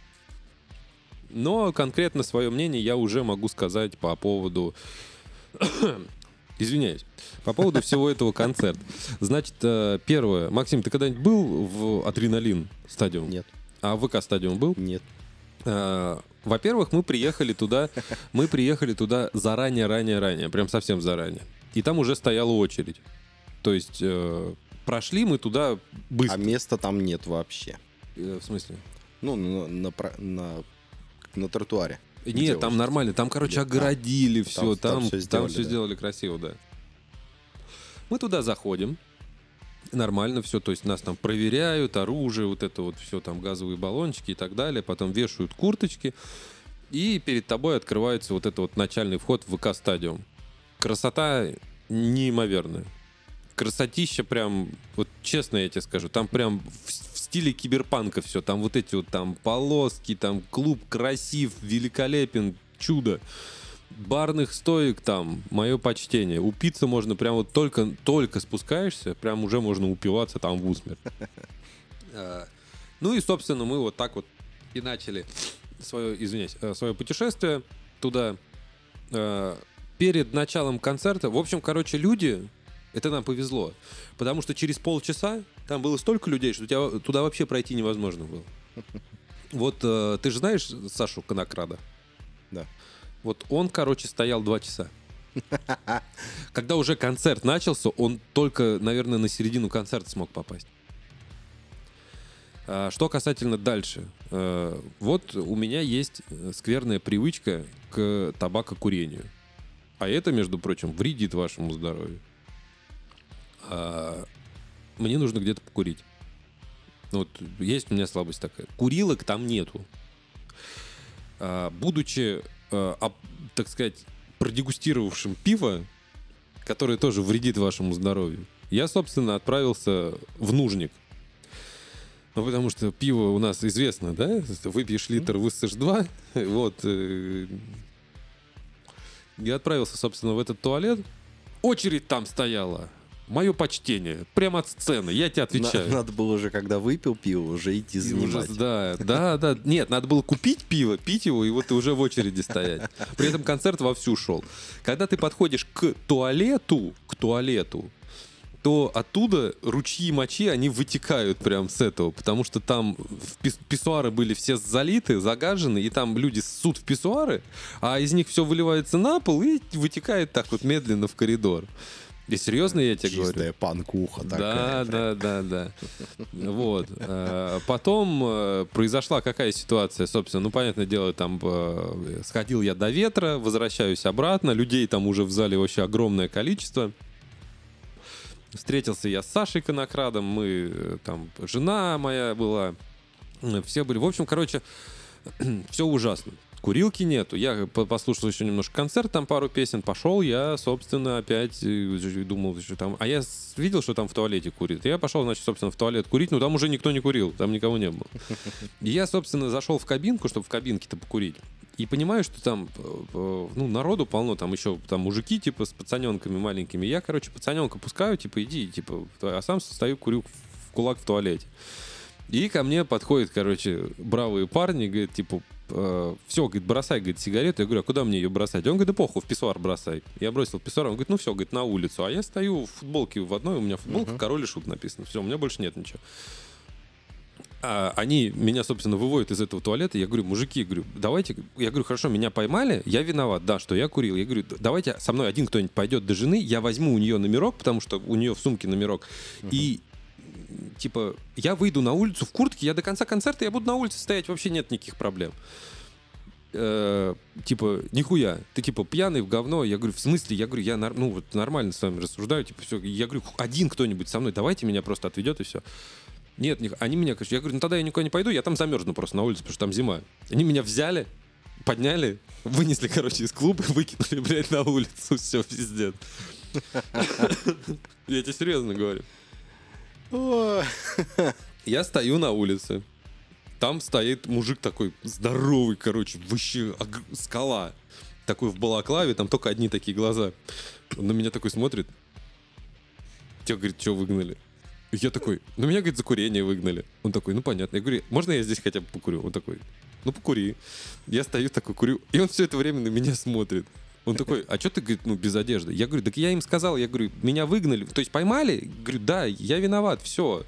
Но конкретно свое мнение я уже могу сказать по поводу... Извиняюсь. По поводу всего этого концерта. Значит, первое. Максим, ты когда-нибудь был в Адреналин стадиум? Нет. А в ВК стадиум был? Нет. Во-первых, мы приехали туда, мы приехали туда заранее, ранее, ранее, прям совсем заранее. И там уже стояла очередь. То есть прошли мы туда быстро. А места там нет вообще. В смысле? Ну, на, на, на, на тротуаре. Нет, Где там уже? нормально, там, короче, Нет, огородили там- все, там там, всё там сделали, все да. сделали красиво, да. Мы туда заходим, нормально все, то есть нас там проверяют, оружие, вот это вот все, там газовые баллончики и так далее, потом вешают курточки, и перед тобой открывается вот это вот начальный вход в ВК Стадиум. Красота неимоверная. Красотища прям, вот честно я тебе скажу, там прям в, в стиле киберпанка все, там вот эти вот там полоски, там клуб красив, великолепен, чудо. Барных стоек там, мое почтение. Упиться можно прям вот только, только спускаешься, прям уже можно упиваться там в усмерть. Ну и, собственно, мы вот так вот и начали свое, извиняюсь, свое путешествие туда. Перед началом концерта, в общем, короче, люди, это нам повезло, потому что через полчаса там было столько людей, что тебя туда вообще пройти невозможно было. Вот ты же знаешь Сашу Конокрада? Да. Вот он, короче, стоял два часа. Когда уже концерт начался, он только, наверное, на середину концерта смог попасть. А что касательно дальше. Вот у меня есть скверная привычка к табакокурению. А это, между прочим, вредит вашему здоровью. А мне нужно где-то покурить. Вот есть у меня слабость такая. Курилок там нету. А, будучи... А, так сказать, продегустировавшим пиво, которое тоже вредит вашему здоровью, я, собственно, отправился в нужник. Ну, потому что пиво у нас известно, да? Выпьешь литр, высышь два. Вот. Я отправился, собственно, в этот туалет. Очередь там стояла. Мое почтение. Прямо от сцены. Я тебе отвечаю. На- надо было уже, когда выпил пиво, уже идти И занимать. уже- да, да, да. Нет, надо было купить пиво, пить его, и вот уже в очереди стоять. При этом концерт вовсю шел. Когда ты подходишь к туалету, к туалету, то оттуда ручьи мочи, они вытекают прям с этого, потому что там в пис- писсуары были все залиты, загажены, и там люди ссут в писсуары, а из них все выливается на пол и вытекает так вот медленно в коридор. И серьезно я тебе говорю? Чистая панкуха Да, такая. да, да, да. Вот. Потом произошла какая ситуация, собственно, ну, понятное дело, там сходил я до ветра, возвращаюсь обратно, людей там уже в зале вообще огромное количество. Встретился я с Сашей Конокрадом, мы там, жена моя была, все были. В общем, короче, все ужасно. Курилки нету. Я послушал еще немножко концерт, там пару песен. Пошел я, собственно, опять думал, что там... А я видел, что там в туалете курит. Я пошел, значит, собственно, в туалет курить. Но там уже никто не курил, там никого не было. И я, собственно, зашел в кабинку, чтобы в кабинке-то покурить. И понимаю, что там, ну, народу полно, там еще там мужики, типа, с пацаненками маленькими. Я, короче, пацаненка пускаю, типа, иди, типа, а сам стою, курю в кулак в туалете. И ко мне подходят, короче, бравые парни, говорят, типа, э, все, говорит, бросай, говорит, сигарету. Я говорю, а куда мне ее бросать? Он говорит, да похуй, в писсуар бросай. Я бросил в писсуар, он говорит, ну все, говорит, на улицу. А я стою в футболке в одной, у меня футболка, uh-huh. Король и Шут написано. Все, у меня больше нет ничего. А они меня, собственно, выводят из этого туалета. Я говорю, мужики, говорю, давайте... Я говорю, хорошо, меня поймали, я виноват, да, что я курил. Я говорю, давайте со мной один кто-нибудь пойдет до жены, я возьму у нее номерок, потому что у нее в сумке номерок, uh-huh. и типа, я выйду на улицу в куртке, я до конца концерта, я буду на улице стоять, вообще нет никаких проблем. Э, типа, нихуя, ты типа пьяный в говно. Я говорю, в смысле? Я говорю, я нар- ну, вот нормально с вами рассуждаю, типа, все. Я говорю, один кто-нибудь со мной, давайте меня просто отведет и все. Нет, них, они меня, конечно, я говорю, ну тогда я никуда не пойду, я там замерзну просто на улице, потому что там зима. Они меня взяли, подняли, вынесли, короче, из клуба и выкинули, блядь, на улицу. Все, пиздец. Я тебе серьезно говорю. Я стою на улице. Там стоит мужик такой здоровый, короче, вообще скала. Такой в балаклаве, там только одни такие глаза. Он на меня такой смотрит. Тебя, говорит, что выгнали? Я такой, ну меня, говорит, за курение выгнали. Он такой, ну понятно. Я говорю, можно я здесь хотя бы покурю? Он такой, ну покури. Я стою такой, курю. И он все это время на меня смотрит. Он такой, а что ты, говорит, ну, без одежды? Я говорю, так я им сказал, я говорю, меня выгнали. То есть поймали? Говорю, да, я виноват, все.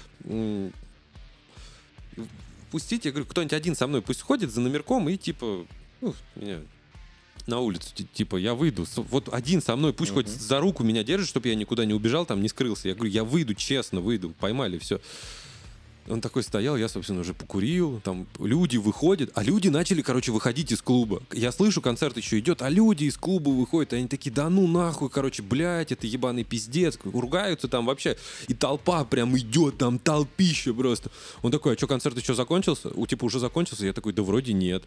Пустите, я говорю, кто-нибудь один со мной пусть ходит за номерком и типа, ну, меня на улицу, типа, я выйду. Вот один со мной, пусть uh-huh. хоть за руку меня держит, чтобы я никуда не убежал, там не скрылся. Я говорю, я выйду, честно, выйду. Поймали, все. Он такой стоял, я, собственно, уже покурил, там люди выходят, а люди начали, короче, выходить из клуба. Я слышу, концерт еще идет, а люди из клуба выходят, и они такие, да ну нахуй, короче, блядь, это ебаный пиздец, ругаются там вообще, и толпа прям идет, там толпища просто. Он такой, а что, концерт еще закончился? У типа уже закончился? Я такой, да вроде нет.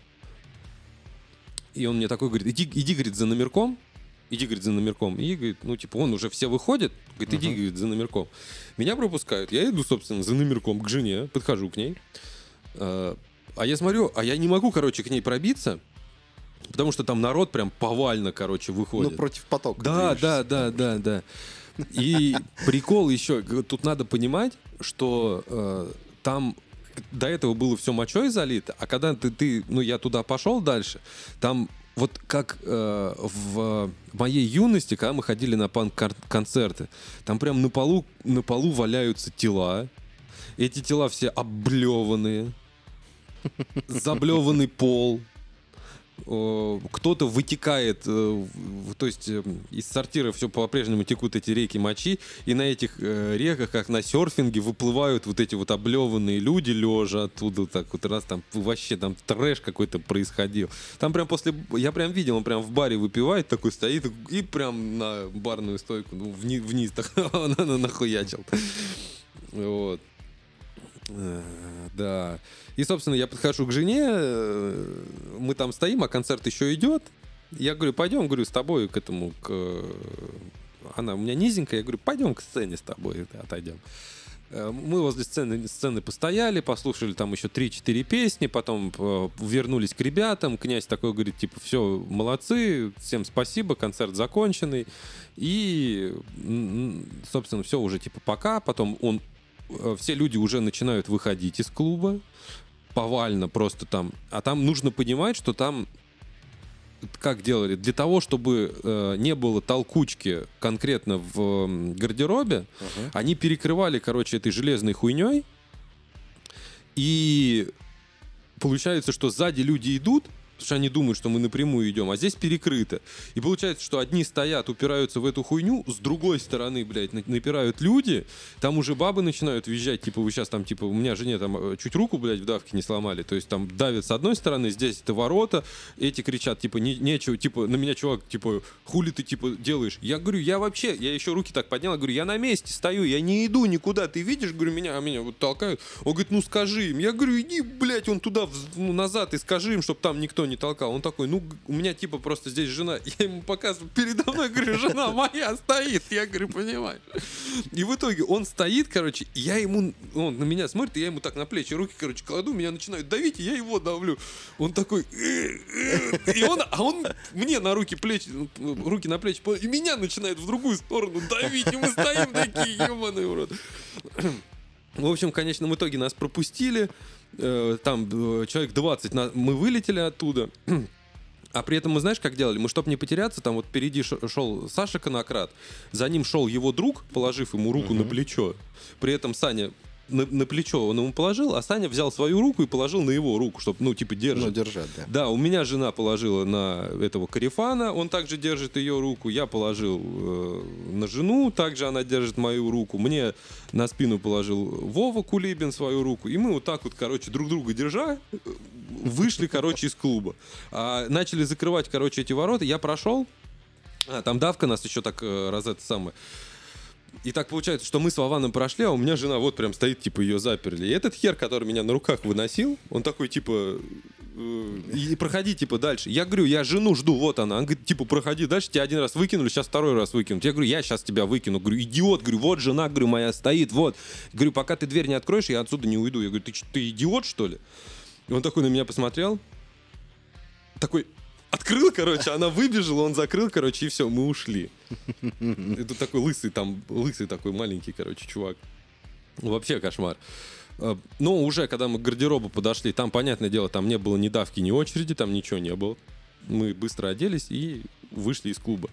И он мне такой говорит, иди, иди, говорит, за номерком. Иди, говорит, за номерком. И, говорит, ну, типа, он уже все выходит. Говорит, иди, uh-huh. говорит, за номерком. Меня пропускают. Я иду, собственно, за номерком к жене. Подхожу к ней. А, а я смотрю, а я не могу, короче, к ней пробиться. Потому что там народ прям повально, короче, выходит. Ну, против потока. Да, да, да, да, да. И прикол еще. Тут надо понимать, что э, там... До этого было все мочой залито. А когда ты, ты ну, я туда пошел дальше, там... Вот как э, в моей юности, когда мы ходили на панк-концерты, там прям на полу, на полу валяются тела. Эти тела все облеванные. Заблеванный пол. Э, кто-то вытекает, э, то есть э, из сортира все по-прежнему текут эти реки мочи, и на этих э, реках, как на серфинге, выплывают вот эти вот облеванные люди лежа оттуда, так вот раз там вообще там трэш какой-то происходил. Там прям после, я прям видел, он прям в баре выпивает, такой стоит и прям на барную стойку, ну, вниз, вниз так он нахуячил. Вот. Да. И, собственно, я подхожу к жене, мы там стоим, а концерт еще идет. Я говорю, пойдем, говорю, с тобой к этому, к... Она у меня низенькая, я говорю, пойдем к сцене с тобой, отойдем. Мы возле сцены, сцены постояли, послушали там еще три-четыре песни, потом вернулись к ребятам. Князь такой говорит, типа, все, молодцы, всем спасибо, концерт законченный. И, собственно, все уже, типа, пока. Потом он все люди уже начинают выходить из клуба повально просто там. А там нужно понимать, что там как делали? Для того, чтобы э, не было толкучки конкретно в э, гардеробе, uh-huh. они перекрывали, короче, этой железной хуйней. И получается, что сзади люди идут, Потому что они думают, что мы напрямую идем, а здесь перекрыто. И получается, что одни стоят, упираются в эту хуйню, с другой стороны, блядь, напирают люди, там уже бабы начинают визжать, типа, вы сейчас там, типа, у меня жене там чуть руку, блядь, в давке не сломали, то есть там давят с одной стороны, здесь это ворота, эти кричат, типа, не, нечего, типа, на меня чувак, типа, хули ты, типа, делаешь? Я говорю, я вообще, я еще руки так поднял, говорю, я на месте стою, я не иду никуда, ты видишь, говорю, меня, а меня вот толкают. Он говорит, ну скажи им. Я говорю, иди, блядь, он туда, ну, назад и скажи им, чтобы там никто не толкал. Он такой, ну, у меня типа просто здесь жена. Я ему показываю, передо мной, говорю, жена моя стоит. Я говорю, понимаешь. И в итоге он стоит, короче, и я ему, он на меня смотрит, и я ему так на плечи руки, короче, кладу, меня начинают давить, и я его давлю. Он такой, и он, а он мне на руки, плечи, руки на плечи, и меня начинает в другую сторону давить, и мы стоим такие, ебаные уроды. В общем, в конечном итоге нас пропустили. Там человек двадцать, мы вылетели оттуда. А при этом мы, знаешь, как делали? Мы, чтобы не потеряться, там вот впереди шел Саша Конократ, за ним шел его друг, положив ему руку uh-huh. на плечо. При этом Саня на, на плечо он ему положил, а Саня взял свою руку и положил на его руку, чтобы, ну, типа, держать. Ну, держать, да. Да, у меня жена положила на этого Карифана, он также держит ее руку, я положил э, на жену, также она держит мою руку, мне на спину положил Вова Кулибин свою руку, и мы вот так вот, короче, друг друга держа, вышли, короче, из клуба. А, начали закрывать, короче, эти ворота, я прошел, а, там давка нас еще так э, раз это самое. И так получается, что мы с Вованом прошли, а у меня жена вот прям стоит, типа, ее заперли. И этот хер, который меня на руках выносил, он такой, типа, э, и проходи, типа, дальше. Я говорю, я жену жду, вот она. Он говорит, типа, проходи дальше, тебя один раз выкинули, сейчас второй раз выкинут. Я говорю, я сейчас тебя выкину. Говорю, идиот, говорю, вот жена, говорю, моя стоит, вот. Говорю, пока ты дверь не откроешь, я отсюда не уйду. Я говорю, ты, ты идиот, что ли? И он такой на меня посмотрел, такой... Открыл, короче, она выбежала, он закрыл, короче, и все, мы ушли. Это такой лысый, там, лысый такой маленький, короче, чувак. Вообще кошмар. Но уже, когда мы к гардеробу подошли, там, понятное дело, там не было ни давки, ни очереди, там ничего не было. Мы быстро оделись и вышли из клуба.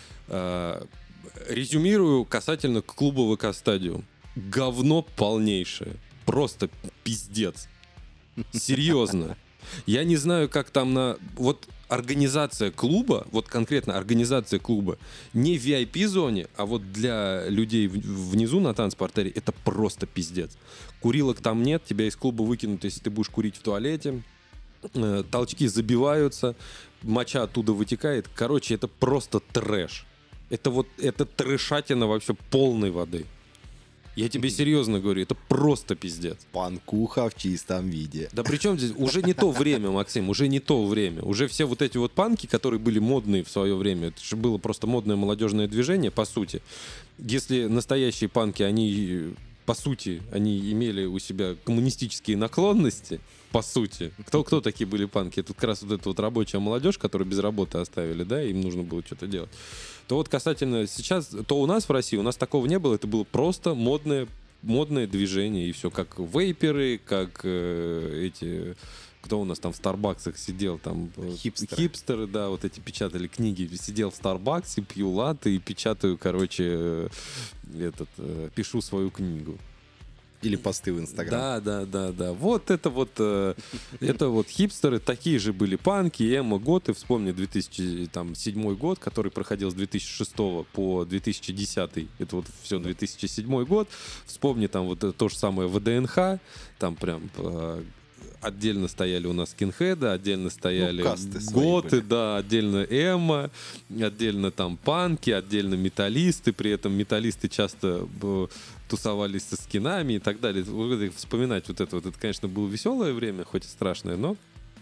Резюмирую касательно клуба ВК Стадиум. Говно полнейшее. Просто пиздец. Серьезно. Я не знаю, как там на... Вот организация клуба, вот конкретно организация клуба, не в ви ай пи-зоне, а вот для людей внизу на танцпортере, это просто пиздец. Курилок там нет, тебя из клуба выкинут, если ты будешь курить в туалете. Толчки забиваются, моча оттуда вытекает. Короче, это просто трэш. Это вот, это трэшатина вообще полной воды. Я тебе серьезно говорю, это просто пиздец. Панкуха в чистом виде. Да причем здесь уже не то время, Максим, уже не то время. Уже все вот эти вот панки, которые были модные в свое время, это же было просто модное молодежное движение, по сути. Если настоящие панки, они, по сути, они имели у себя коммунистические наклонности, по сути. Кто, кто такие были панки? Это как раз вот эта вот рабочая молодежь, которую без работы оставили, да, им нужно было что-то делать. То вот касательно сейчас, то у нас в России, у нас такого не было, это было просто модное, модное движение, и все, как вейперы, как э, эти, кто у нас там в Старбаксах сидел, там хипстеры. хипстеры, да, вот эти печатали книги, сидел в Старбаксе, пью латте и печатаю, короче, э, этот, э, пишу свою книгу. Или посты в Инстаграм. Да, да, да, да. Вот это вот, э, это вот хипстеры, такие же были панки, эмо-готы. Вспомни две тысячи седьмой год, который проходил с две тысячи шестого по две тысячи десятый. Это вот все две тысячи седьмой год. Вспомни там вот то же самое вэ дэ эн ха. Там прям э, отдельно стояли у нас скинхеды, отдельно стояли ну, готы, да, отдельно эмо, отдельно там панки, отдельно металлисты. При этом металлисты часто э, тусовались со скинами и так далее. Вспоминать вот это вот, это, конечно, было веселое время, хоть и страшное, но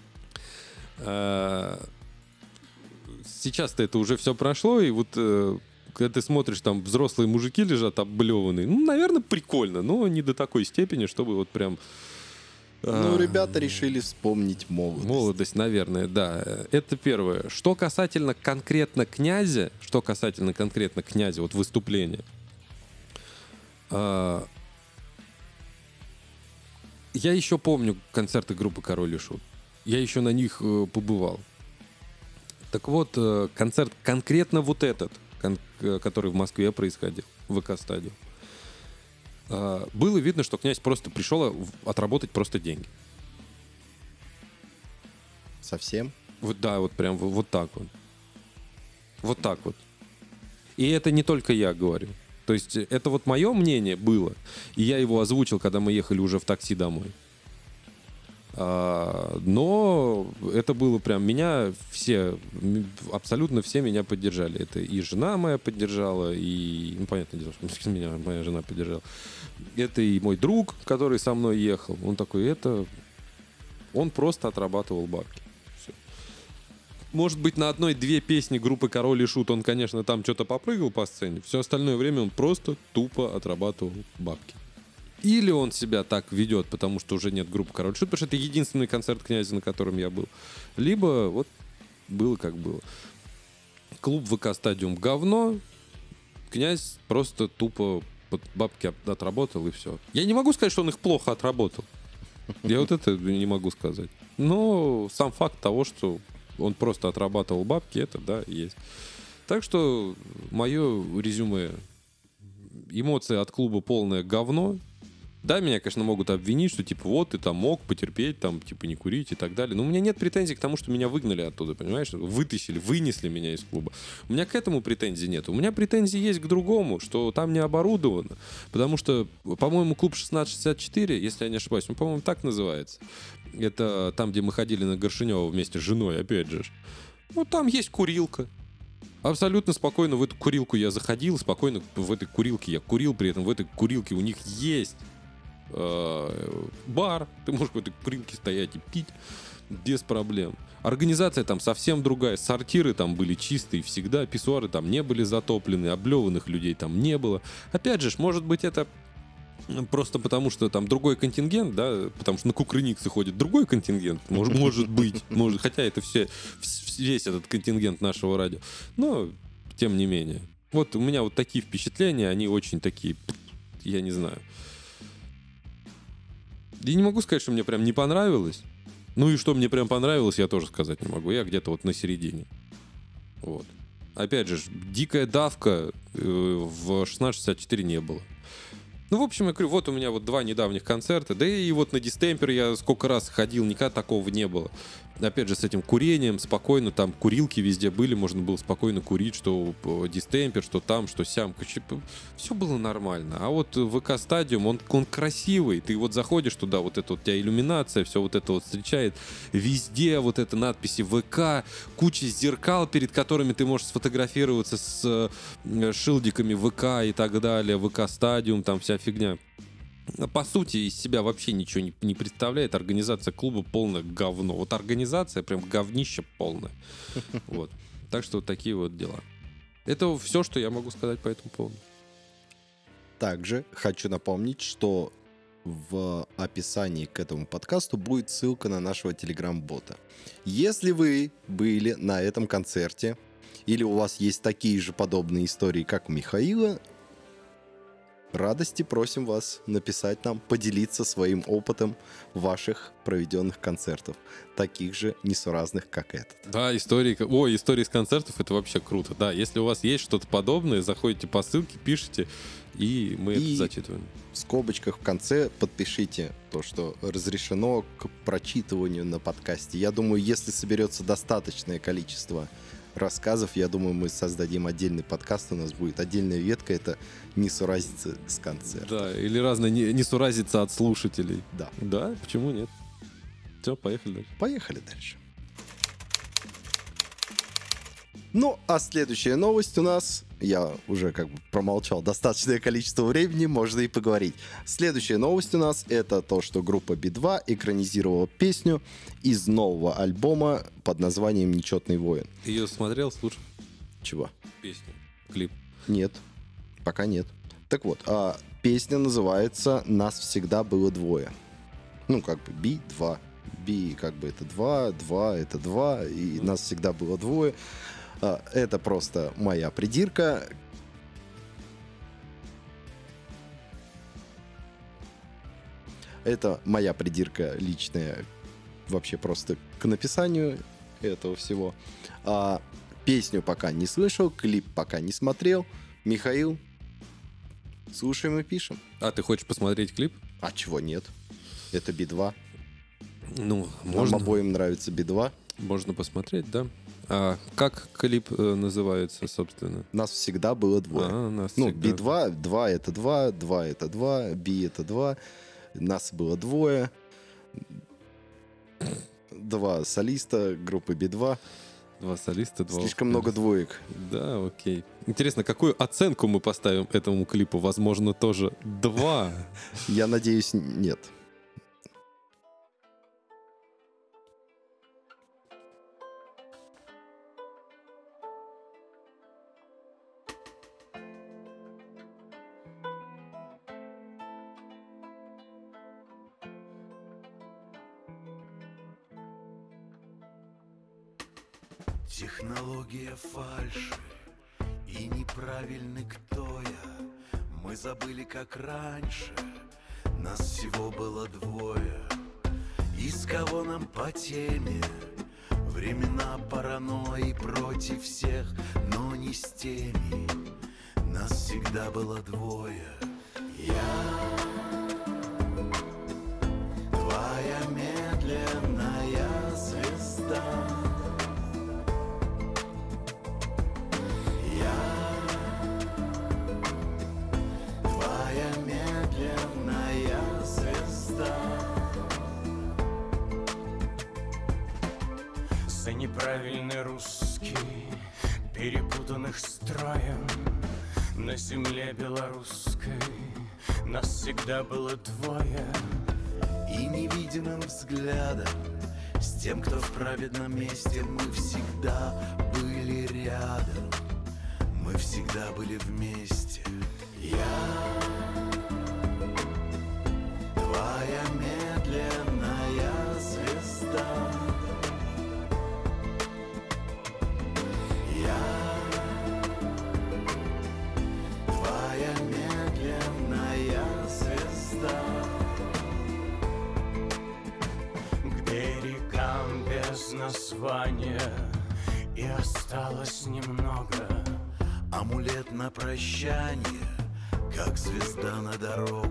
э, сейчас-то это уже все прошло, и вот э, когда ты смотришь, там взрослые мужики лежат облеванные, ну, наверное, прикольно, но не до такой степени, чтобы вот прям... Ну, ребята решили вспомнить молодость. Молодость, наверное, да. Это первое. Что касательно конкретно князя, что касательно конкретно князя, вот выступления, я еще помню концерты группы «Король и Шут». Я еще на них побывал. Так вот, концерт конкретно вот этот, который в Москве происходил, в ВК Стадиум, было видно, что князь просто пришел отработать просто деньги. Совсем? Вот да, вот прям вот, вот так вот. Вот так вот. И это не только я говорю. То есть это вот мое мнение было, и я его озвучил, когда мы ехали уже в такси домой. А, но это было прям меня все, абсолютно все меня поддержали. Это и жена моя поддержала, и, ну, понятное дело, что меня моя жена поддержала. Это и мой друг, который со мной ехал. Он такой, это... Он просто отрабатывал бабки. Все. Может быть, на одной-две песни группы «Король и Шут» он, конечно, там что-то попрыгал по сцене. Все остальное время он просто тупо отрабатывал бабки. Или он себя так ведет, потому что уже нет группы «Король и Шут», потому что это единственный концерт «Князя», на котором я был. Либо вот было как было. Клуб ВК «Стадиум» говно. «Князь» просто тупо бабки отработал, и все. Я не могу сказать, что он их плохо отработал. Я вот это не могу сказать. Но сам факт того, что он просто отрабатывал бабки, это, да, есть. Так что мое резюме: эмоции от клуба полное говно. Да, меня, конечно, могут обвинить, что, типа, вот, ты там мог потерпеть, там, типа, не курить и так далее. Но у меня нет претензий к тому, что меня выгнали оттуда, понимаешь? Вытащили, вынесли меня из клуба. У меня к этому претензий нет. У меня претензии есть к другому, что там не оборудовано. Потому что, по-моему, клуб шестнадцать шестьдесят четыре, если я не ошибаюсь, он, по-моему, так называется. Это там, где мы ходили на Горшинева вместе с женой, опять же. Ну, там есть курилка. Абсолютно спокойно в эту курилку я заходил, спокойно в этой курилке я курил, при этом в этой курилке у них есть бар, ты можешь в этой курилке стоять и пить без проблем. Организация там совсем другая, сортиры там были чистые всегда, писсуары там не были затоплены, облеванных людей там не было. Опять же, может быть, это просто потому, что там другой контингент, да, потому что на Кукрыниксы ходит другой контингент, может, может быть, может, хотя это все, весь этот контингент нашего радио, но тем не менее. Вот у меня вот такие впечатления, они очень такие, я не знаю. Я не могу сказать, что мне прям не понравилось. Ну и что мне прям понравилось, я тоже сказать не могу. Я где-то вот на середине. Вот. Опять же, дикая давка в шестнадцать шестьдесят четыре не было. Ну, в общем, я говорю, вот у меня вот два недавних концерта. Да и вот на Дистемпер я сколько раз ходил, никогда такого не было. Опять же, с этим курением спокойно, там курилки везде были, можно было спокойно курить, что Дистемпер, что там, что сям. Все было нормально. А вот ВК Стадиум, он, он красивый. Ты вот заходишь туда, вот это вот у тебя иллюминация, все вот это вот встречает. Везде вот это надписи ВК, куча зеркал, перед которыми ты можешь сфотографироваться с шилдиками ВК и так далее. ВК Стадиум, там вся фигня. По сути, из себя вообще ничего не, не представляет. Организация клуба полное говно. Вот организация прям говнище полное. Вот. Так что вот такие вот дела. Это все, что я могу сказать по этому поводу. Также хочу напомнить, что в описании к этому подкасту будет ссылка на нашего телеграм-бота. Если вы были на этом концерте, или у вас есть такие же подобные истории, как у Михаила, радости просим вас написать нам, поделиться своим опытом ваших проведенных концертов, таких же несуразных, как этот. Да, истории, о, истории с концертов, это вообще круто. Да, если у вас есть что-то подобное, заходите по ссылке, пишите, и мы и это зачитываем. В скобочках в конце подпишите то, что разрешено к прочитыванию на подкасте. Я думаю, если соберется достаточное количество рассказов, я думаю, мы создадим отдельный подкаст, у нас будет отдельная ветка, это несуразица с концерта. Да, или разная несуразица от слушателей. Да. Да, почему нет? Все, поехали дальше. Поехали дальше. Ну, а следующая новость у нас, я уже как бы промолчал достаточное количество времени, можно и поговорить. Следующая новость у нас это то, что группа би два экранизировала песню из нового альбома под названием «Нечетный воин». Ты ее смотрел, слушал? Чего? Песню, клип. Нет, пока нет. Так вот, а песня называется «Нас всегда было двое». Ну, как бы би два. Би как бы это два, два это два, и нас всегда было двое. Это просто моя придирка. Это моя придирка личная вообще просто к написанию этого всего. А песню пока не слышал, клип пока не смотрел. Михаил, слушаем и пишем. А ты хочешь посмотреть клип? А чего нет? Это би два. Ну, Нам можно. обоим нравится би два. Можно посмотреть, да? А как клип э, называется, собственно? Нас всегда было двое. А, нас ну, всегда. би два, два это два, два это два, би это два. Нас было двое. Два солиста группы би два. Два солиста, два... Слишком много двоек. Да, окей. Интересно, какую оценку мы поставим этому клипу? Возможно, тоже два. Я надеюсь, нет. Технология фальши и неправильный кто я. Мы забыли, как раньше нас всего было двое. Из кого нам по теме? Времена паранойи против всех, но не с теми. Нас всегда было двое. Я твоя медленная звезда. За неправильный русский, перепутанных строем, на земле белорусской нас всегда было двое. И невидимым взглядом с тем, кто в праведном месте, мы всегда были рядом, мы всегда были вместе. Я твоя медленная звезда. Название и осталось немного. Амулет на прощание, как звезда на дорогу.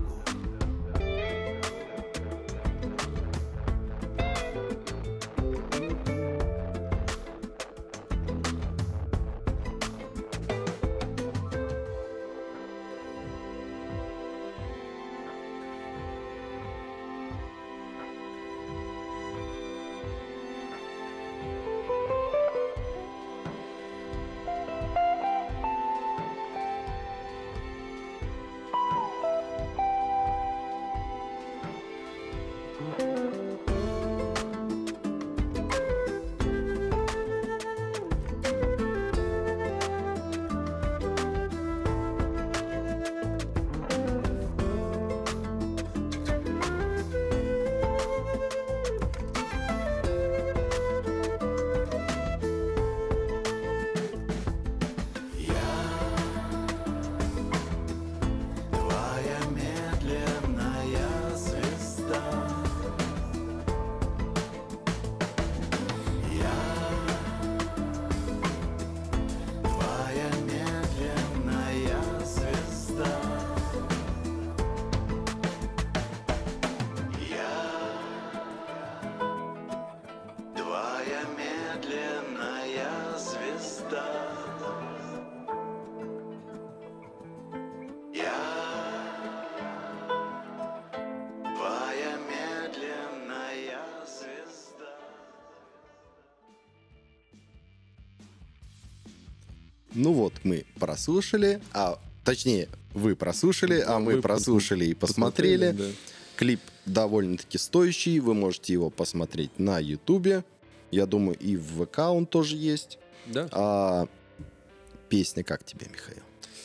Ну вот, мы прослушали, а точнее, вы прослушали, а мы Вы прослушали и посмотрели. посмотрели, да. Клип довольно-таки стоящий, вы можете его посмотреть на Ютубе. Я думаю, и в ВК он тоже есть. Да. А песня как тебе, Михаил?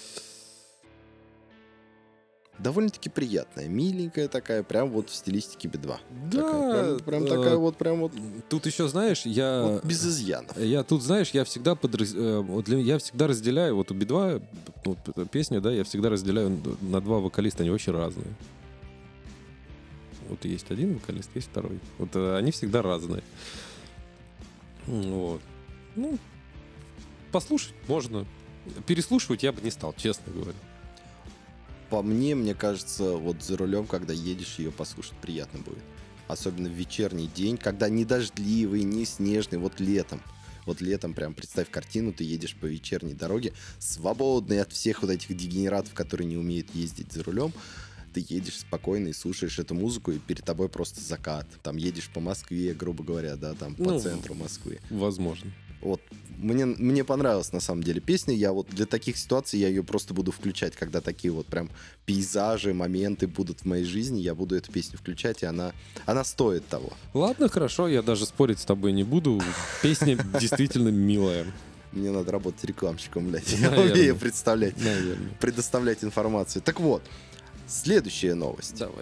Довольно-таки приятная, миленькая такая, прям вот в стилистике би два. Да, Такая, прям, прям э, такая вот, прям вот, Тут еще, знаешь, я... вот без изъянов. Я тут, знаешь, я всегда подраз... э, вот для... я всегда разделяю, вот у би два вот, эту песню, да, я всегда разделяю на два вокалиста, они очень разные. Вот есть один вокалист, есть второй. Вот э, они всегда разные. Вот. Ну, послушать можно. Переслушивать я бы не стал, честно говоря. По мне, мне кажется, вот за рулем, когда едешь, ее послушать приятно будет. особенно в вечерний день, когда не дождливый, не снежный, вот летом. Вот летом прям представь картину, ты едешь по вечерней дороге, свободный от всех вот этих дегенератов, которые не умеют ездить за рулем. Ты едешь спокойно и слушаешь эту музыку, и перед тобой просто закат. Там едешь по Москве, грубо говоря, да, там по Ну, центру Москвы. Возможно. Вот мне, мне понравилась на самом деле песня. Я вот для таких ситуаций я ее просто буду включать, когда такие вот прям пейзажи, моменты будут в моей жизни. Я буду эту песню включать, и она, она стоит того. Ладно, хорошо, я даже спорить с тобой не буду. Песня действительно милая. Мне надо работать рекламщиком, блядь. Я Наверное. умею представлять, Наверное. предоставлять информацию. Так вот, следующая новость. Давай.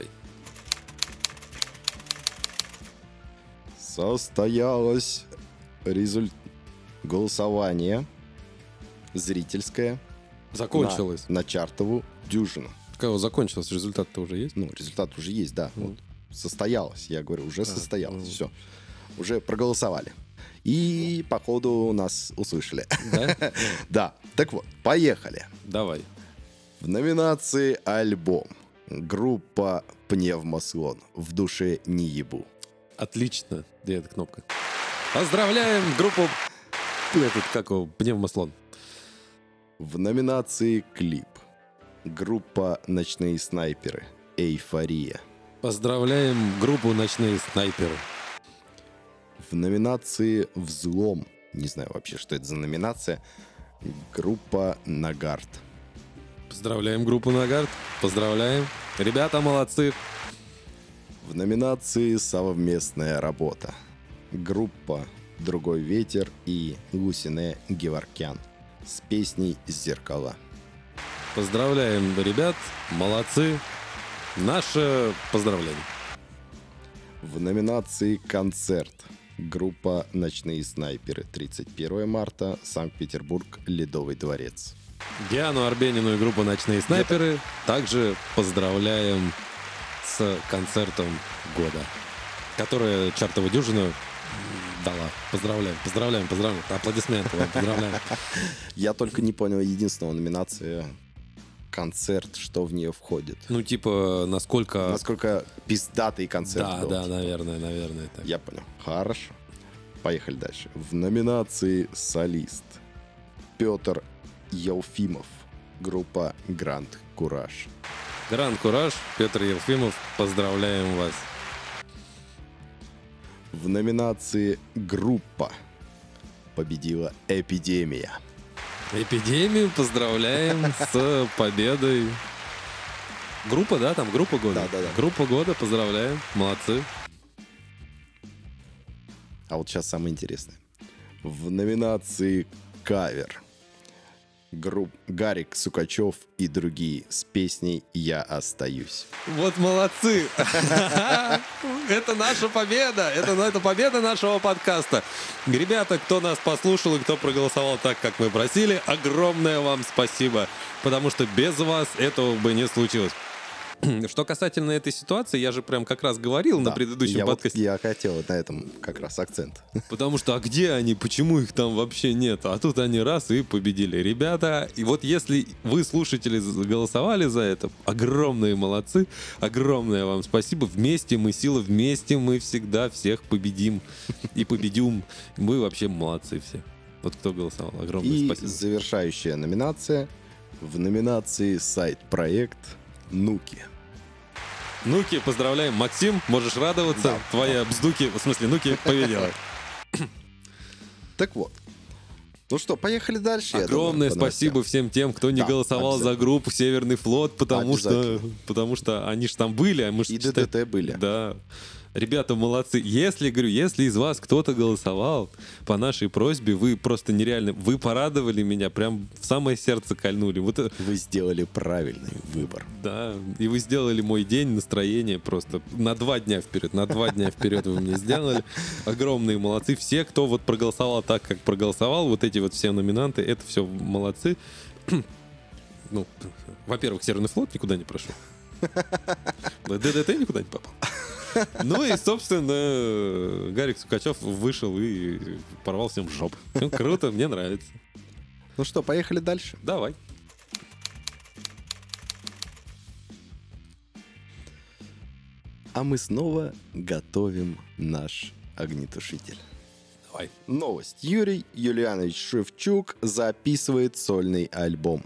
Состоялось результ... голосование зрительское Закончилось. на, на чартовую дюжину. Кого закончилось? Результат-то уже есть? Ну, результат уже есть, да. Вот. Состоялось, я говорю, уже состоялось. ну. Все. Уже проголосовали. И, походу, нас услышали. Да? Да. Так вот, поехали. Давай. В номинации «Альбом» группа «Пневмослон». В душе не ебу. Отлично. Где эта кнопка? Поздравляем группу... Этот, как его, Пневмослон. В номинации «Клип» группа «Ночные снайперы». «Эйфория». Поздравляем группу «Ночные снайперы». В номинации «Взлом», не знаю вообще, что это за номинация, группа «Нагард». Поздравляем группу «Нагард». Поздравляем. Ребята, молодцы. В номинации «Совместная работа» группа «Другой ветер» и Лусине Геворкян с песней «Зеркала». Поздравляем, ребят. Молодцы. Наше поздравление. В номинации «Концерт» группа «Ночные снайперы». тридцать первое марта, Санкт-Петербург, Ледовый дворец. Диану Арбенину и группу «Ночные снайперы» также поздравляем с концертом года, которая чартовую дюжину дала. Поздравляем, поздравляем, поздравляем. Аплодисменты вам, поздравляем. Я только не понял единственного номинация «Концерт», что в нее входит. Ну, типа, насколько... Насколько пиздатый концерт Да, был. да, наверное, наверное. Так. Я понял. Хорошо. Поехали дальше. В номинации «Солист» Петр Елфимов. Группа «Гранд Кураж». Гранд Кураж, Петр Елфимов, поздравляем вас. В номинации «Группа» победила «Эпидемия». Эпидемию поздравляем с победой. Группа, да, там группа года? Да, да, да. Группа года, поздравляем, молодцы. А вот сейчас самое интересное. В номинации «Кавер» групп Гарик Сукачев и другие с песней «Я остаюсь». Вот молодцы. Это наша победа. Это, это победа нашего подкаста. Ребята, кто нас послушал и кто проголосовал так, как мы просили, огромное вам спасибо. Потому что без вас этого бы не случилось. Что касательно этой ситуации, я же прям как раз говорил на Да, предыдущем я вот- подкасте. я хотел вот на этом как раз акцент. Потому что, а где они, почему их там вообще нет? А тут они раз и победили. Ребята, и вот если вы, слушатели, голосовали за это, огромные молодцы, огромное вам спасибо. Вместе мы сила, вместе мы всегда всех победим и победим. Мы вообще молодцы все. Вот кто голосовал, огромное И спасибо. завершающая номинация. В номинации «Сайт-проект» Нуки. Нуки, поздравляем. Максим, можешь радоваться. Да. Твоя бздуки, в смысле, Нуки победила. Так вот. Ну что, поехали дальше. я думаю, Огромное по новостям. спасибо всем тем, кто не Да, голосовал за обязательно. группу «Северный флот», потому что, Обязательно. потому что они же там были, а мы ж И читаем- ДДТ были. Да. Ребята, молодцы. Если, говорю, если из вас кто-то голосовал по нашей просьбе, вы просто нереально, вы порадовали меня, прям в самое сердце кольнули. Вот это- Вы сделали правильный выбор. да, и вы сделали мой день, настроение просто на два дня вперед, на два дня вперед вы мне сделали. Огромные молодцы. Все, кто вот проголосовал так, как проголосовал, вот эти вот все номинанты, это все молодцы. Ну, во-первых, Северный флот никуда не прошел. ДДТ никуда не попал. Ну и, собственно, Гарик Сукачев вышел и порвал всем жопу. Ну, круто, мне нравится. Ну что, поехали дальше. Давай. А мы снова готовим наш огнетушитель. Давай. Новость. Юрий Юлианович Шевчук записывает сольный альбом.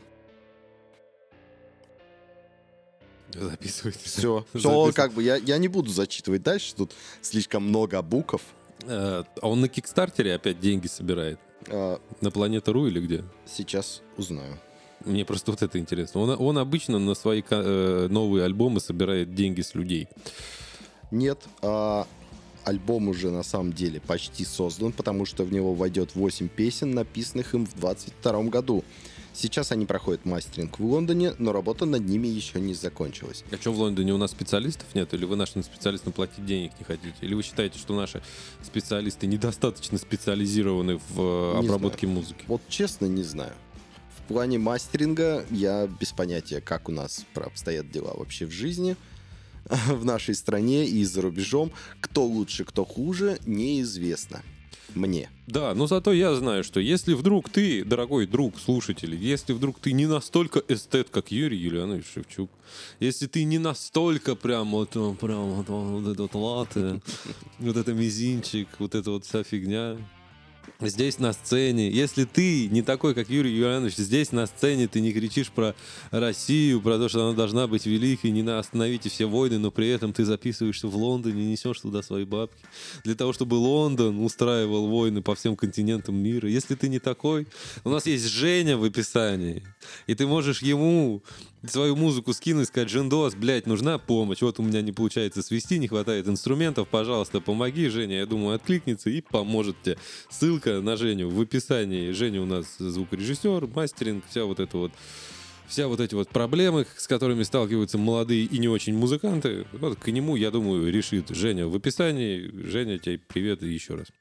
Записывайте. Все. Все, Записывай. как бы я, я не буду зачитывать дальше, тут слишком много букв. Э, А он на Кикстартере опять деньги собирает? А, На Планета.ру или где? сейчас узнаю. Мне просто вот это интересно. Он, он обычно на свои ка- э, новые альбомы собирает деньги с людей. Нет, а, альбом уже на самом деле почти создан, потому что в него войдет восемь песен, написанных им в двадцать втором году. Сейчас они проходят мастеринг в Лондоне, но работа над ними еще не закончилась. А что, в Лондоне у нас специалистов нет? Или вы нашим специалистам платить денег не хотите? Или вы считаете, что наши специалисты недостаточно специализированы в э, Не обработке музыки? Вот честно, не знаю. В плане мастеринга я без понятия, как у нас обстоят дела вообще в жизни, в нашей стране и за рубежом. Кто лучше, кто хуже, неизвестно мне. Да, но зато я знаю, что если вдруг ты, дорогой друг, слушатель, если вдруг ты не настолько эстет, как Юрий Юлианович Шевчук, если ты не настолько прям вот, ну, прям вот, вот это вот латте, вот это мизинчик, вот эта вот вся фигня, здесь на сцене, если ты не такой, как Юрий Юлианович, здесь на сцене ты не кричишь про Россию, про то, что она должна быть великой, не на остановите все войны, но при этом ты записываешься в Лондоне, несешь туда свои бабки, для того, чтобы Лондон устраивал войны по всем континентам мира. Если ты не такой, у нас есть Женя в описании, и ты можешь ему свою музыку скинуть, сказать: Жендос, блядь, нужна помощь, вот у меня не получается свести, не хватает инструментов, пожалуйста, помоги. Женя, я думаю, откликнется и поможет тебе. Ссылка на Женю в описании. Женя у нас звукорежиссер, мастеринг, вся вот эта вот вся вот эти вот проблемы, с которыми сталкиваются молодые и не очень музыканты, вот к нему, я думаю, решит Женя в описании. Женя, тебе привет и еще раз.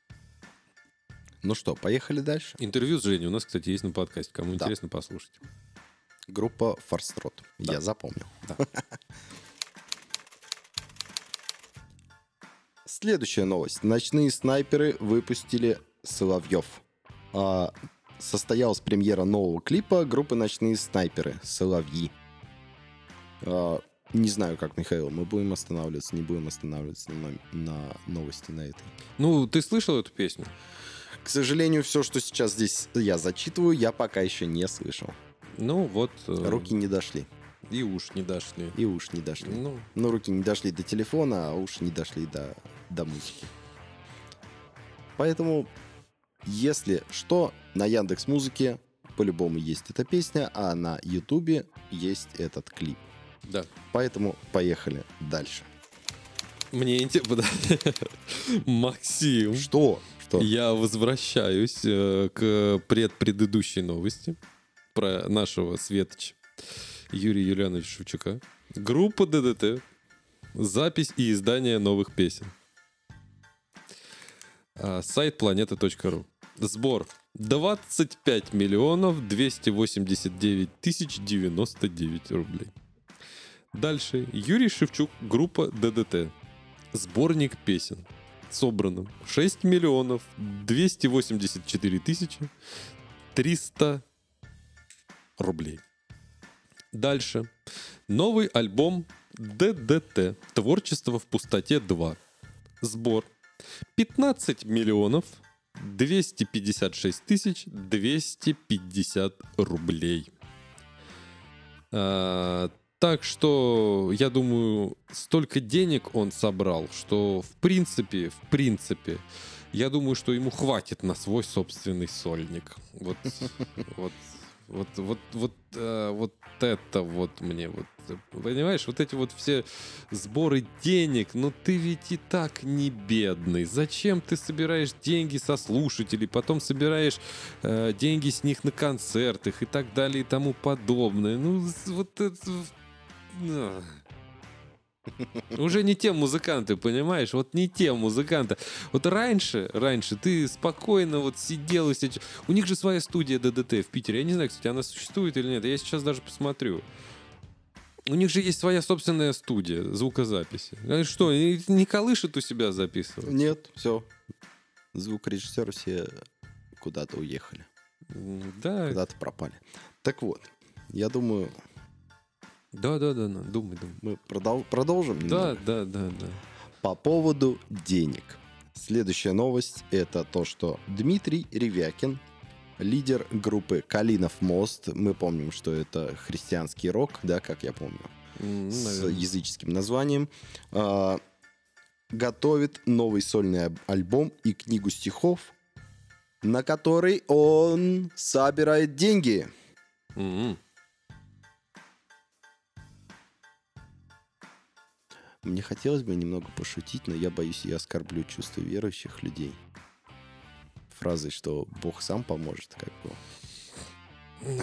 Ну что, поехали дальше. Интервью с Женей у нас, кстати, есть на подкасте. Кому Да. интересно, послушать. Группа Форстрот. Да. Я запомнил. Да. Следующая новость. Ночные снайперы выпустили Соловьев. А, состоялась премьера нового клипа группы «Ночные снайперы» «Соловьи». А, не знаю, как, Михаил, мы будем останавливаться, не будем останавливаться на, на новости на этой. Ну, ты слышал эту песню? К сожалению, все, что сейчас здесь я зачитываю, я пока еще не слышал. Ну, вот... э, Руки не дошли. И уж не дошли. И уж не дошли. Ну, Ну, руки не дошли до телефона, а уши не дошли до, до музыки. Поэтому, если что, на Яндекс.Музыке по-любому есть эта песня, а на Ютубе есть этот клип. да. Поэтому поехали дальше. Мне интересно... Максим, Что? Что? я возвращаюсь э, к предпредыдущей новости про нашего Светоча Юрия Юлиановича Шевчука. Группа ДДТ. Запись и издание новых песен. А, сайт планета точка ру. Сбор двадцать пять миллионов двести восемьдесят девять тысяч девяносто девять рублей. Дальше. Юрий Шевчук, группа ДДТ. Сборник песен. Собрано шесть миллионов двести восемьдесят четыре тысячи триста рублей. Дальше. Новый альбом ДДТ. Творчество в пустоте два. Сбор пятнадцать миллионов двести пятьдесят шесть тысяч двести пятьдесят рублей. А, так что, я думаю, столько денег он собрал, что в принципе, в принципе, я думаю, что ему хватит на свой собственный сольник. Вот, вот, вот, вот, вот, э, вот это вот мне вот, понимаешь, вот эти вот все сборы денег, ну ты ведь и так не бедный. Зачем ты собираешь деньги со слушателей, потом собираешь э, деньги с них на концертах и так далее и тому подобное. Ну вот это... ну. Уже не те музыканты, понимаешь? Вот не те музыканты. Вот раньше, раньше ты спокойно вот сидел и сидел. У них же своя студия ДДТ в Питере. Я не знаю, кстати, она существует или нет. Я сейчас даже посмотрю. У них же есть своя собственная студия звукозаписи. Они что, не колышет у себя записывать? Нет, все. Звукорежиссеры все куда-то уехали. Да. Куда-то пропали. Так вот, я думаю, Да-да-да, думай, думай. Мы продол- продолжим? Да, немного? да, да, да. По поводу денег. Следующая новость — это то, что Дмитрий Ревякин, лидер группы «Калинов мост», мы помним, что это христианский рок, да, как я помню, М, с наверное. языческим названием, а, готовит новый сольный альб- альбом и книгу стихов, на который он собирает деньги. М-м. Мне хотелось бы немного пошутить, но я боюсь, я оскорблю чувства верующих людей. Фразой, что Бог сам поможет, как бы.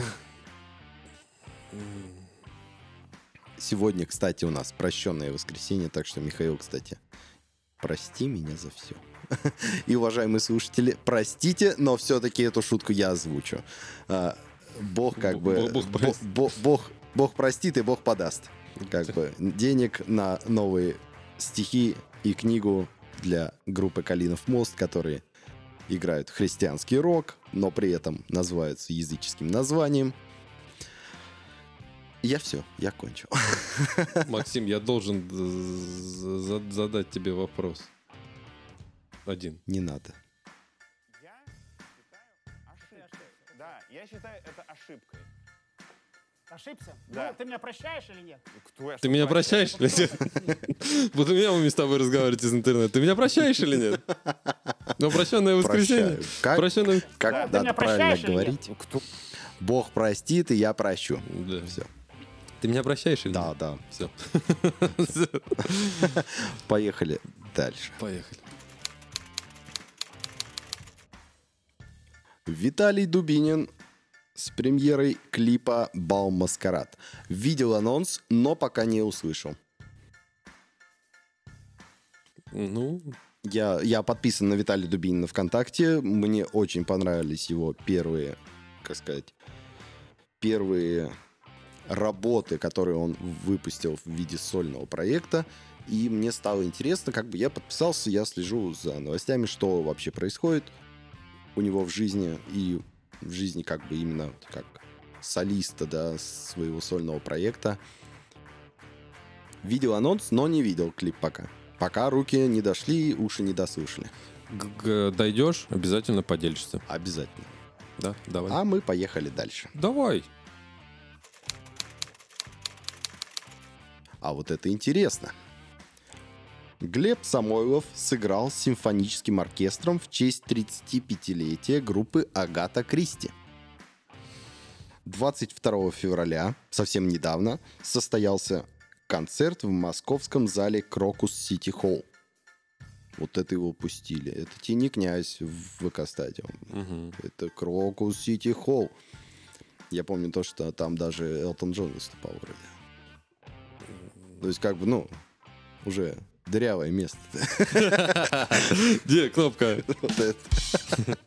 Сегодня, кстати, у нас прощенное воскресенье, так что, Михаил, кстати, прости меня за все. И, уважаемые слушатели, простите, но все-таки эту шутку я озвучу. А, Бог как Бог- бы... Бог Бо- простит. Бог, Бог, Бог простит и Бог подаст. Как бы денег на новые стихи и книгу для группы «Калинов мост», которые играют христианский рок, но при этом называются языческим названием. Я все, я кончил. Максим, я должен з- за- задать тебе вопрос. Один. Не надо. Я считаю ошибкой. Да, я считаю это ошибкой. Ошибся? Да. Ну, ты меня прощаешь или нет? Кто я, Ты что меня прощаю? прощаешь или нет? Вот у меня мы с тобой разговариваете из интернета. Ты меня прощаешь или нет? Ну, прощенное воскресенье. Прощаю. Как, Прощенное... как Да, ты надо меня правильно прощаешь или нет? говорить? Кто? Бог простит, и я прощу. Да. Все. Ты меня прощаешь или Да, нет? да. Все. Поехали дальше. Поехали. Виталий Дубинин с премьерой клипа «Бал Маскарад». Видел анонс, но пока не услышал. Ну, Я, я подписан на Виталия Дубинина ВКонтакте. Мне очень понравились его первые, как сказать, первые работы, которые он выпустил в виде сольного проекта. И мне стало интересно, как бы я подписался, я слежу за новостями, что вообще происходит у него в жизни. И в жизни как бы именно как солиста, да, своего сольного проекта. Видел анонс, но не видел клип пока. Пока руки не дошли, уши не дослушали. г- г- дойдешь, обязательно поделишься. Обязательно. Да, давай. А мы поехали дальше. Давай. А вот это интересно. Глеб Самойлов сыграл с симфоническим оркестром в честь тридцатипятилетия группы Агата Кристи. двадцать второго февраля, совсем недавно, состоялся концерт в московском зале Крокус Сити Холл. Вот это его пустили. Это тебе не князь в ВК Стадиум. Мгм. Это Крокус Сити Холл. Я помню то, что там даже Элтон Джон выступал вроде. То есть как бы, ну, уже дырявое место. Где кнопка? Вот это.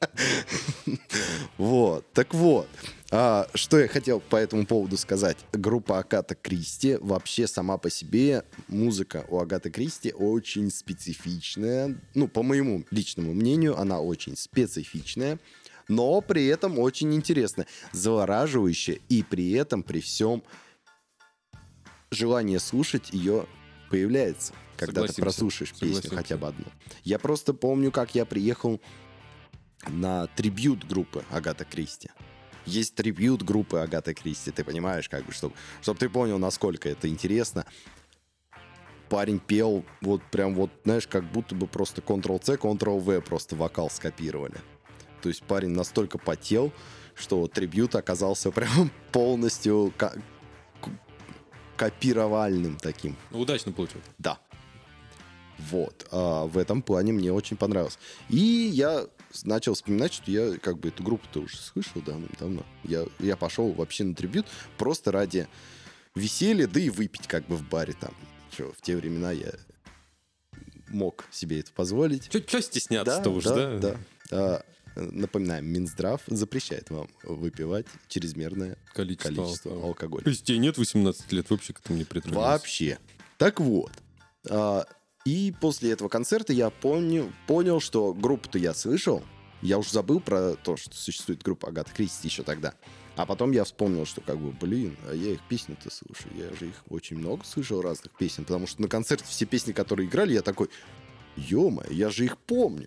Вот, так вот. А, что я хотел по этому поводу сказать. Группа Агата Кристи вообще сама по себе, музыка у Агаты Кристи очень специфичная. Ну, по моему личному мнению, она очень специфичная, но при этом очень интересная, завораживающая, и при этом, при всем, желание слушать ее появляется, когда Согласимся. ты прослушаешь песню Согласимся. хотя бы одну. Я просто помню, как я приехал на трибьют группы Агата Кристи. Есть трибьют группы Агаты Кристи, ты понимаешь, как бы, чтобы чтоб ты понял, насколько это интересно. Парень пел вот прям вот, знаешь, как будто бы просто контрол-C, контрол-V просто вокал скопировали. То есть парень настолько потел, что трибьют оказался прям полностью ко- к- копировальным таким. Ну, удачно получилось. Да. Вот. А в этом плане мне очень понравилось. И я начал вспоминать, что я как бы эту группу-то уже слышал давно. Я, я пошел вообще на трибют просто ради веселья, да и выпить как бы в баре там. Что, в те времена я мог себе это позволить. Че стесняться-то уж, да? да. А, напоминаем, Минздрав запрещает вам выпивать чрезмерное Количество, количество алкоголя. алкоголя. То есть тебе нет восемнадцати лет, вообще к этому не притрагивайся. Вообще. Так вот. а, и после этого концерта я помню, понял, что группу-то я слышал, Я уже забыл про то, что существует группа Агаты Кристи еще тогда. А потом я вспомнил, что как бы, блин, а я их песни-то слушаю. Я же их очень много слышал, разных песен. Потому что на концерте все песни, которые играли, я такой, ё-моё, я же их помню.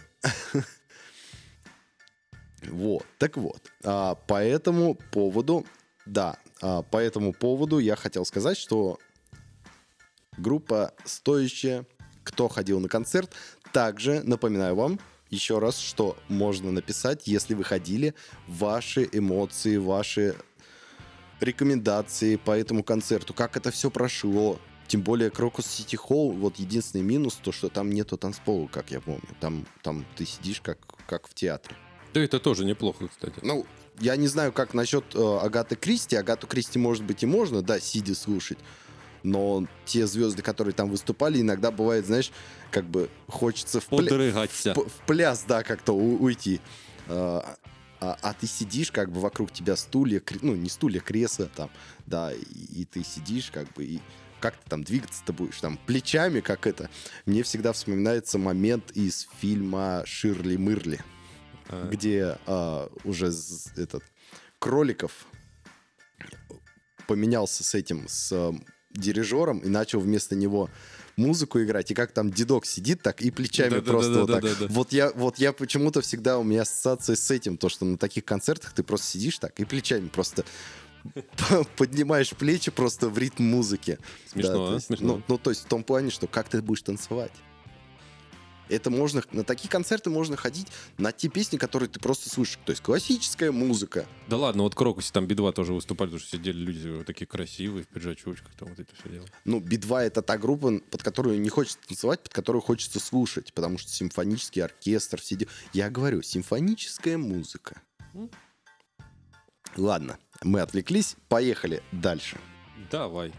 Вот, так вот. А, по этому поводу, да, а, по этому поводу я хотел сказать, что группа стоящая, кто ходил на концерт, также напоминаю вам еще раз, что можно написать, если вы ходили, ваши эмоции, ваши рекомендации по этому концерту, как это все прошло. Тем более Крокус Сити Холл, вот единственный минус, то, что там нету танцпола, как я помню. Там, там ты сидишь как, как в театре. Да это тоже неплохо, кстати. Ну, я не знаю, как насчет э, Агаты Кристи. Агату Кристи, может быть, и можно, да, сидя слушать. Но те звезды, которые там выступали, иногда бывает, знаешь, как бы хочется в, пля... в, в пляс, да, как-то у- уйти. А, а, а ты сидишь, как бы вокруг тебя стулья, кре... ну, не стулья, кресла там, да, и, и ты сидишь, как бы, и как ты там двигаться-то будешь, там, плечами, как это. Мне всегда вспоминается момент из фильма «Ширли Мырли», а. где а, уже этот Кроликов поменялся с этим, с дирижером и начал вместо него музыку играть, и как там дедок сидит так и плечами да, просто да, вот да, так. Да, да, да. Вот я, вот я почему-то всегда, у меня ассоциация с этим, то, что на таких концертах ты просто сидишь так и плечами просто поднимаешь плечи просто в ритм музыки. Смешно, да, а? есть, Смешно. Ну, ну, то есть в том плане, что как ты будешь танцевать. Это можно, на такие концерты можно ходить на те песни, которые ты просто слышишь. То есть классическая музыка. Да ладно, вот Крокусе там Би два тоже выступали, потому что сидели люди вот такие красивые, в пиджачочках, там вот это все дело. Ну, Би два — это та группа, под которую не хочется танцевать, под которую хочется слушать, потому что симфонический оркестр, все дела. Я говорю, симфоническая музыка. Mm. Ладно, мы отвлеклись, поехали дальше. Давай.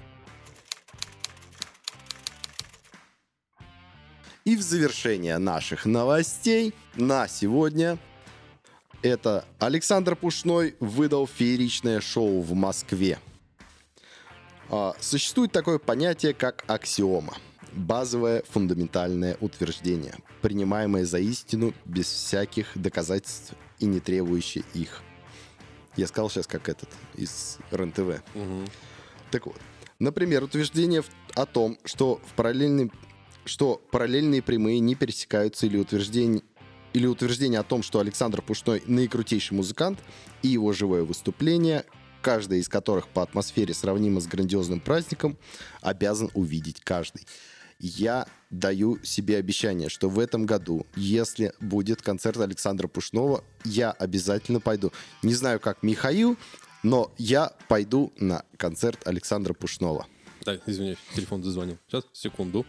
И в завершение наших новостей на сегодня это Александр Пушной выдал фееричное шоу в Москве. А, существует такое понятие, как аксиома. Базовое фундаментальное утверждение, принимаемое за истину без всяких доказательств и не требующее их. Я сказал сейчас как этот из РЕН-ТВ. Угу. Так вот, например, утверждение о том, что в параллельной что параллельные прямые не пересекаются, или утверждение, или утверждение о том, что Александр Пушной наикрутейший музыкант, и его живое выступление, каждое из которых по атмосфере сравнимо с грандиозным праздником, обязан увидеть каждый. Я даю себе обещание, что в этом году, если будет концерт Александра Пушного, я обязательно пойду. Не знаю, как Михаил, но я пойду на концерт Александра Пушного. Да, извиняюсь, телефон зазвонил. Сейчас, секунду.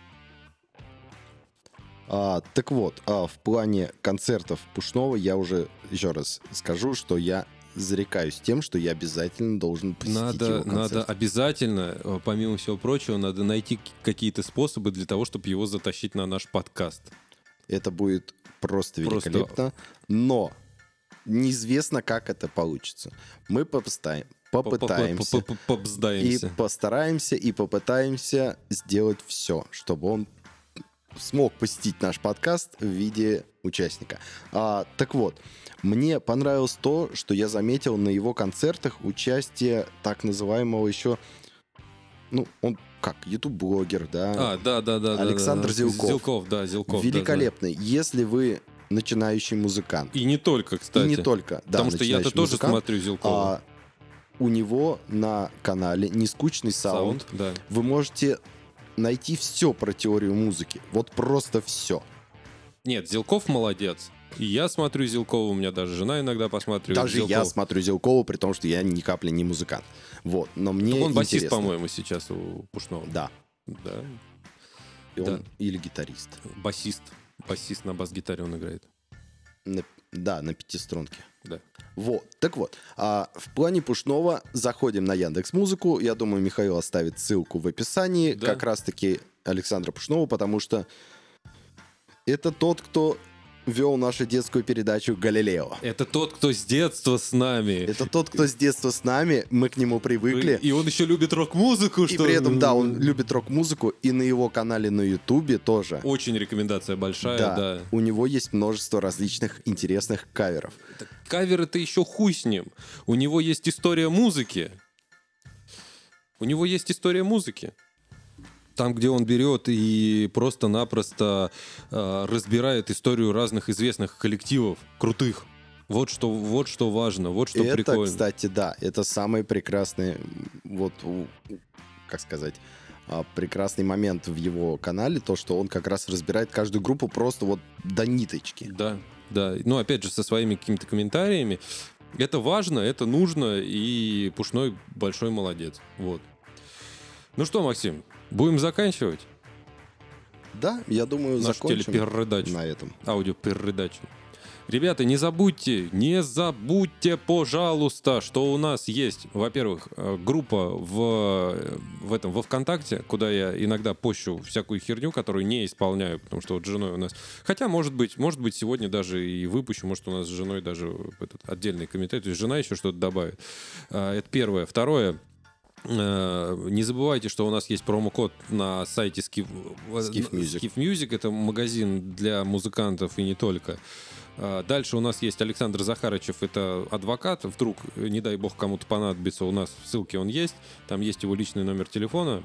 А, так вот, а, в плане концертов Пушного я уже еще раз скажу, что я зарекаюсь тем, что я обязательно должен посетить надо, его концерт. Надо обязательно, помимо всего прочего, надо найти какие-то способы для того, чтобы его затащить на наш подкаст. Это будет просто великолепно, просто... но неизвестно, как это получится. Мы попытаем, попытаемся и постараемся и попытаемся сделать все, чтобы он смог посетить наш подкаст в виде участника. А, так вот, мне понравилось то, что я заметил на его концертах участие так называемого еще, ну, он как, ютуб-блогер, да? А, да, да, да. Александр да, да. Зилков. Зилков, да, Зилков. Великолепный. Да, да. Если вы начинающий музыкант. И не только, кстати. И не только, да. Потому что я-то тоже музыкант, смотрю Зилкова. А у него на канале «Нескучный саунд», саунд да. вы можете найти все про теорию музыки. Вот просто все. Нет, Зилков молодец. И я смотрю Зилкова, у меня даже жена иногда посматривает Даже Зилкова. я смотрю Зилкова, при том, что я ни капли не музыкант. Вот, но мне так он басист, интересно. по-моему, сейчас у Пушного. Да. Да. И он, да. Или гитарист. Басист. Басист на бас-гитаре он играет. На, да, на пятиструнке. Да. Вот, так вот, а в плане Пушного заходим на Яндекс.Музыку. Я думаю, Михаил оставит ссылку в описании. Да. Как раз-таки Александра Пушного, потому что это тот, кто вел нашу детскую передачу «Галилео». Это тот, кто с детства с нами. Это тот, кто с детства с нами, мы к нему привыкли. И он еще любит рок-музыку. И что... при этом, да, он любит рок-музыку, и на его канале на Ютубе тоже. Очень рекомендация большая, Да, да. у него есть множество различных интересных каверов. Кавер — это еще хуй с ним. У него есть история музыки. У него есть история музыки. Там, где он берет и просто-напросто э, разбирает историю разных известных коллективов, крутых. Вот что, вот что важно, вот что это, прикольно. кстати, да, это самый прекрасный, вот, у- как сказать, а, прекрасный момент в его канале, то, что он как раз разбирает каждую группу просто вот до ниточки. Да, да. Ну, опять же, со своими какими-то комментариями. Это важно, это нужно, и Пушной большой молодец. Вот. Ну что, Максим, будем заканчивать Да, я думаю, нашу закончим телепередачу, на этом. аудиопередачу. Ребята, не забудьте, не забудьте, пожалуйста, что у нас есть, во-первых, э, группа в, в этом, во ВКонтакте, куда я иногда пощу всякую херню, которую не исполняю, потому что вот с женой у нас... Хотя, может быть, может быть, сегодня даже и выпущу, может, у нас с женой даже этот отдельный комментарий, то есть жена еще что-то добавит. А, Это первое. Второе. Э, Не забывайте, что у нас есть промокод на сайте Skiff, Skiff Music. Skiff Music. Это магазин для музыкантов и не только. А, Дальше у нас есть Александр Захарычев, это адвокат. Вдруг, не дай бог, кому-то понадобится, у нас в ссылке он есть. Там есть его личный номер телефона.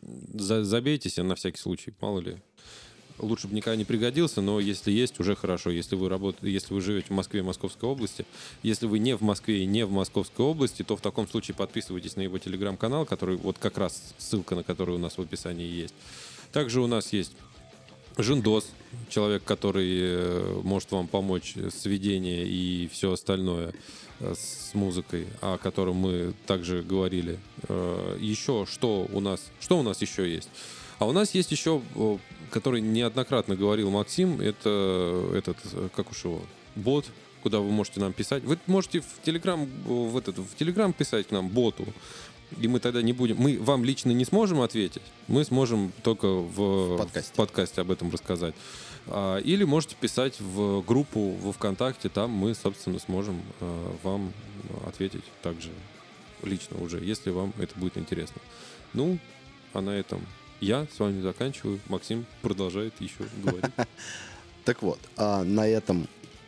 За- Забейте себе на всякий случай, мало ли. Лучше бы никогда не пригодился, но если есть, уже хорошо. Если вы работаете, если вы живете в Москве и Московской области, если вы не в Москве и не в Московской области, то в таком случае подписывайтесь на его телеграм-канал, который вот как раз ссылка на который у нас в описании есть. Также у нас есть Жиндос, человек, который э, может вам помочь с ведением и все остальное э, с музыкой, о котором мы также говорили. Э, Еще что у нас, что у нас еще есть? А у нас есть еще, э, который неоднократно говорил Максим, это этот, э, как уж его, бот, куда вы можете нам писать. Вы можете в Телеграм, в этот, в Телеграм писать к нам боту. И мы тогда не будем... Мы вам лично не сможем ответить. Мы сможем только в, В подкасте. в подкасте об этом рассказать. А, или можете писать в группу во ВКонтакте. Там мы, собственно, сможем а, вам ответить также лично уже, если вам это будет интересно. Ну, а на этом я с вами заканчиваю. Максим продолжает еще говорить. Так вот, а, на этом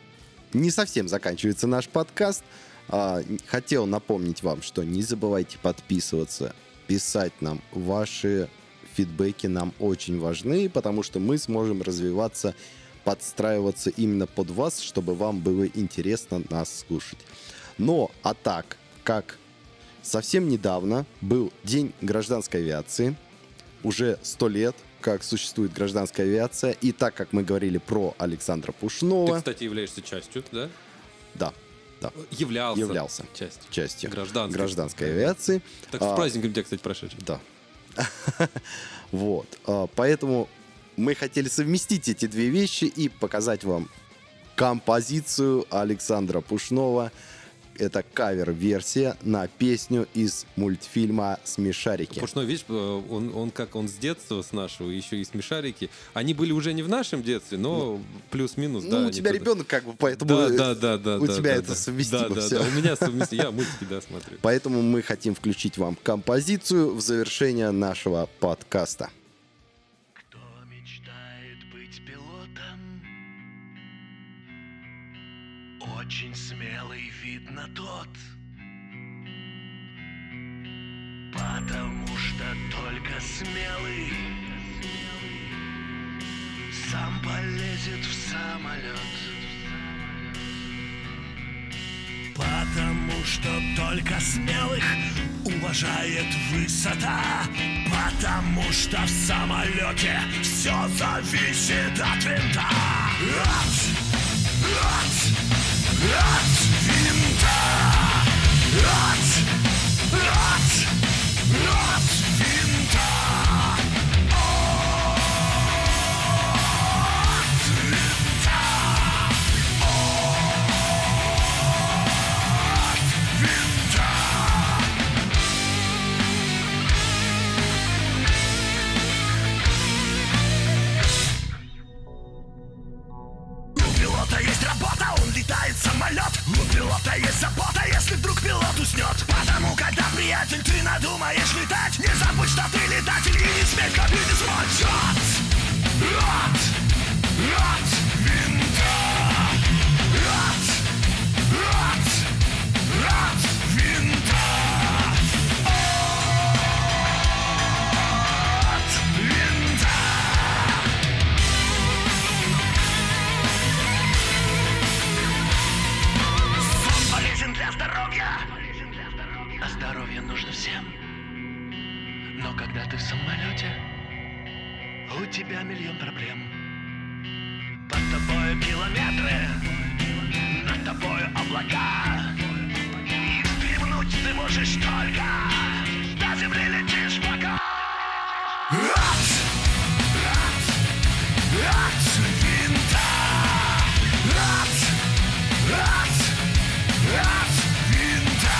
не совсем заканчивается наш подкаст. А, хотел напомнить вам, что не забывайте подписываться, писать нам. Ваши фидбэки нам очень важны, потому что мы сможем развиваться, подстраиваться именно под вас, чтобы вам было интересно нас слушать. Но, а так, как совсем недавно был День гражданской авиации, уже сто лет, как существует гражданская авиация, и так как мы говорили про Александра Ты, Пушного, кстати, являешься частью, да? да, да, Являлся. являлся Частью. частью Гражданской. гражданской авиации. Так А, с праздником тебя, кстати, прошедшим. Да. Вот. А, Поэтому мы хотели совместить эти две вещи и показать вам композицию Александра Пушного. Это кавер-версия на песню из мультфильма «Смешарики». Пушной, видишь, он, он как он с детства, с нашего, еще и смешарики. Они были уже не в нашем детстве, но плюс-минус, да. Ну, у они тебя туда- ребенок, как бы, поэтому Да, да, да, да. у да, тебя да, это да. совместимо Да, да, всё. да, у меня совместимо. Я мультики, да, смотрю. Поэтому мы хотим включить вам композицию в завершение нашего подкаста. Кто мечтает быть пилотом? Очень смелый, видно, тот. Потому что только смелый сам полезет в самолет. Потому что только смелых уважает высота. Потому что в самолете все зависит от винта. От, от, от винта. От, от, от винта. От винта. У пилота приятель, ты надумаешь летать, не забудь, что ты летатель, и не смей копить и смочь от, от, от винта, от, от, от винта, от винта. Сон полезен для здоровья, а здоровье нужно всем. Но когда ты в самолете, у тебя миллион проблем. Под тобою километры, над тобою облака, и вздремнуть ты можешь только, до земли летишь пока. От, от, от винта, от, от, от винта.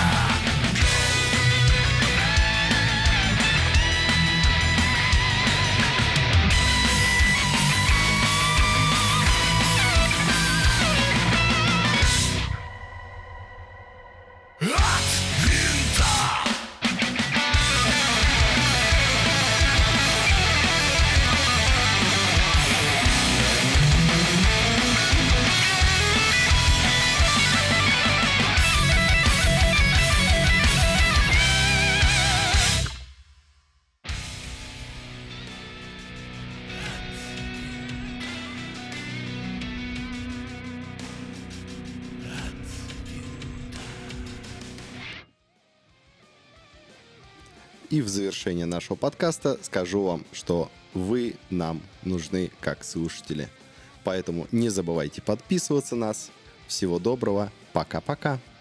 От винта. И в завершение нашего подкаста скажу вам, что вы нам нужны как слушатели. Поэтому не забывайте подписываться на нас. Всего доброго. Пока-пока.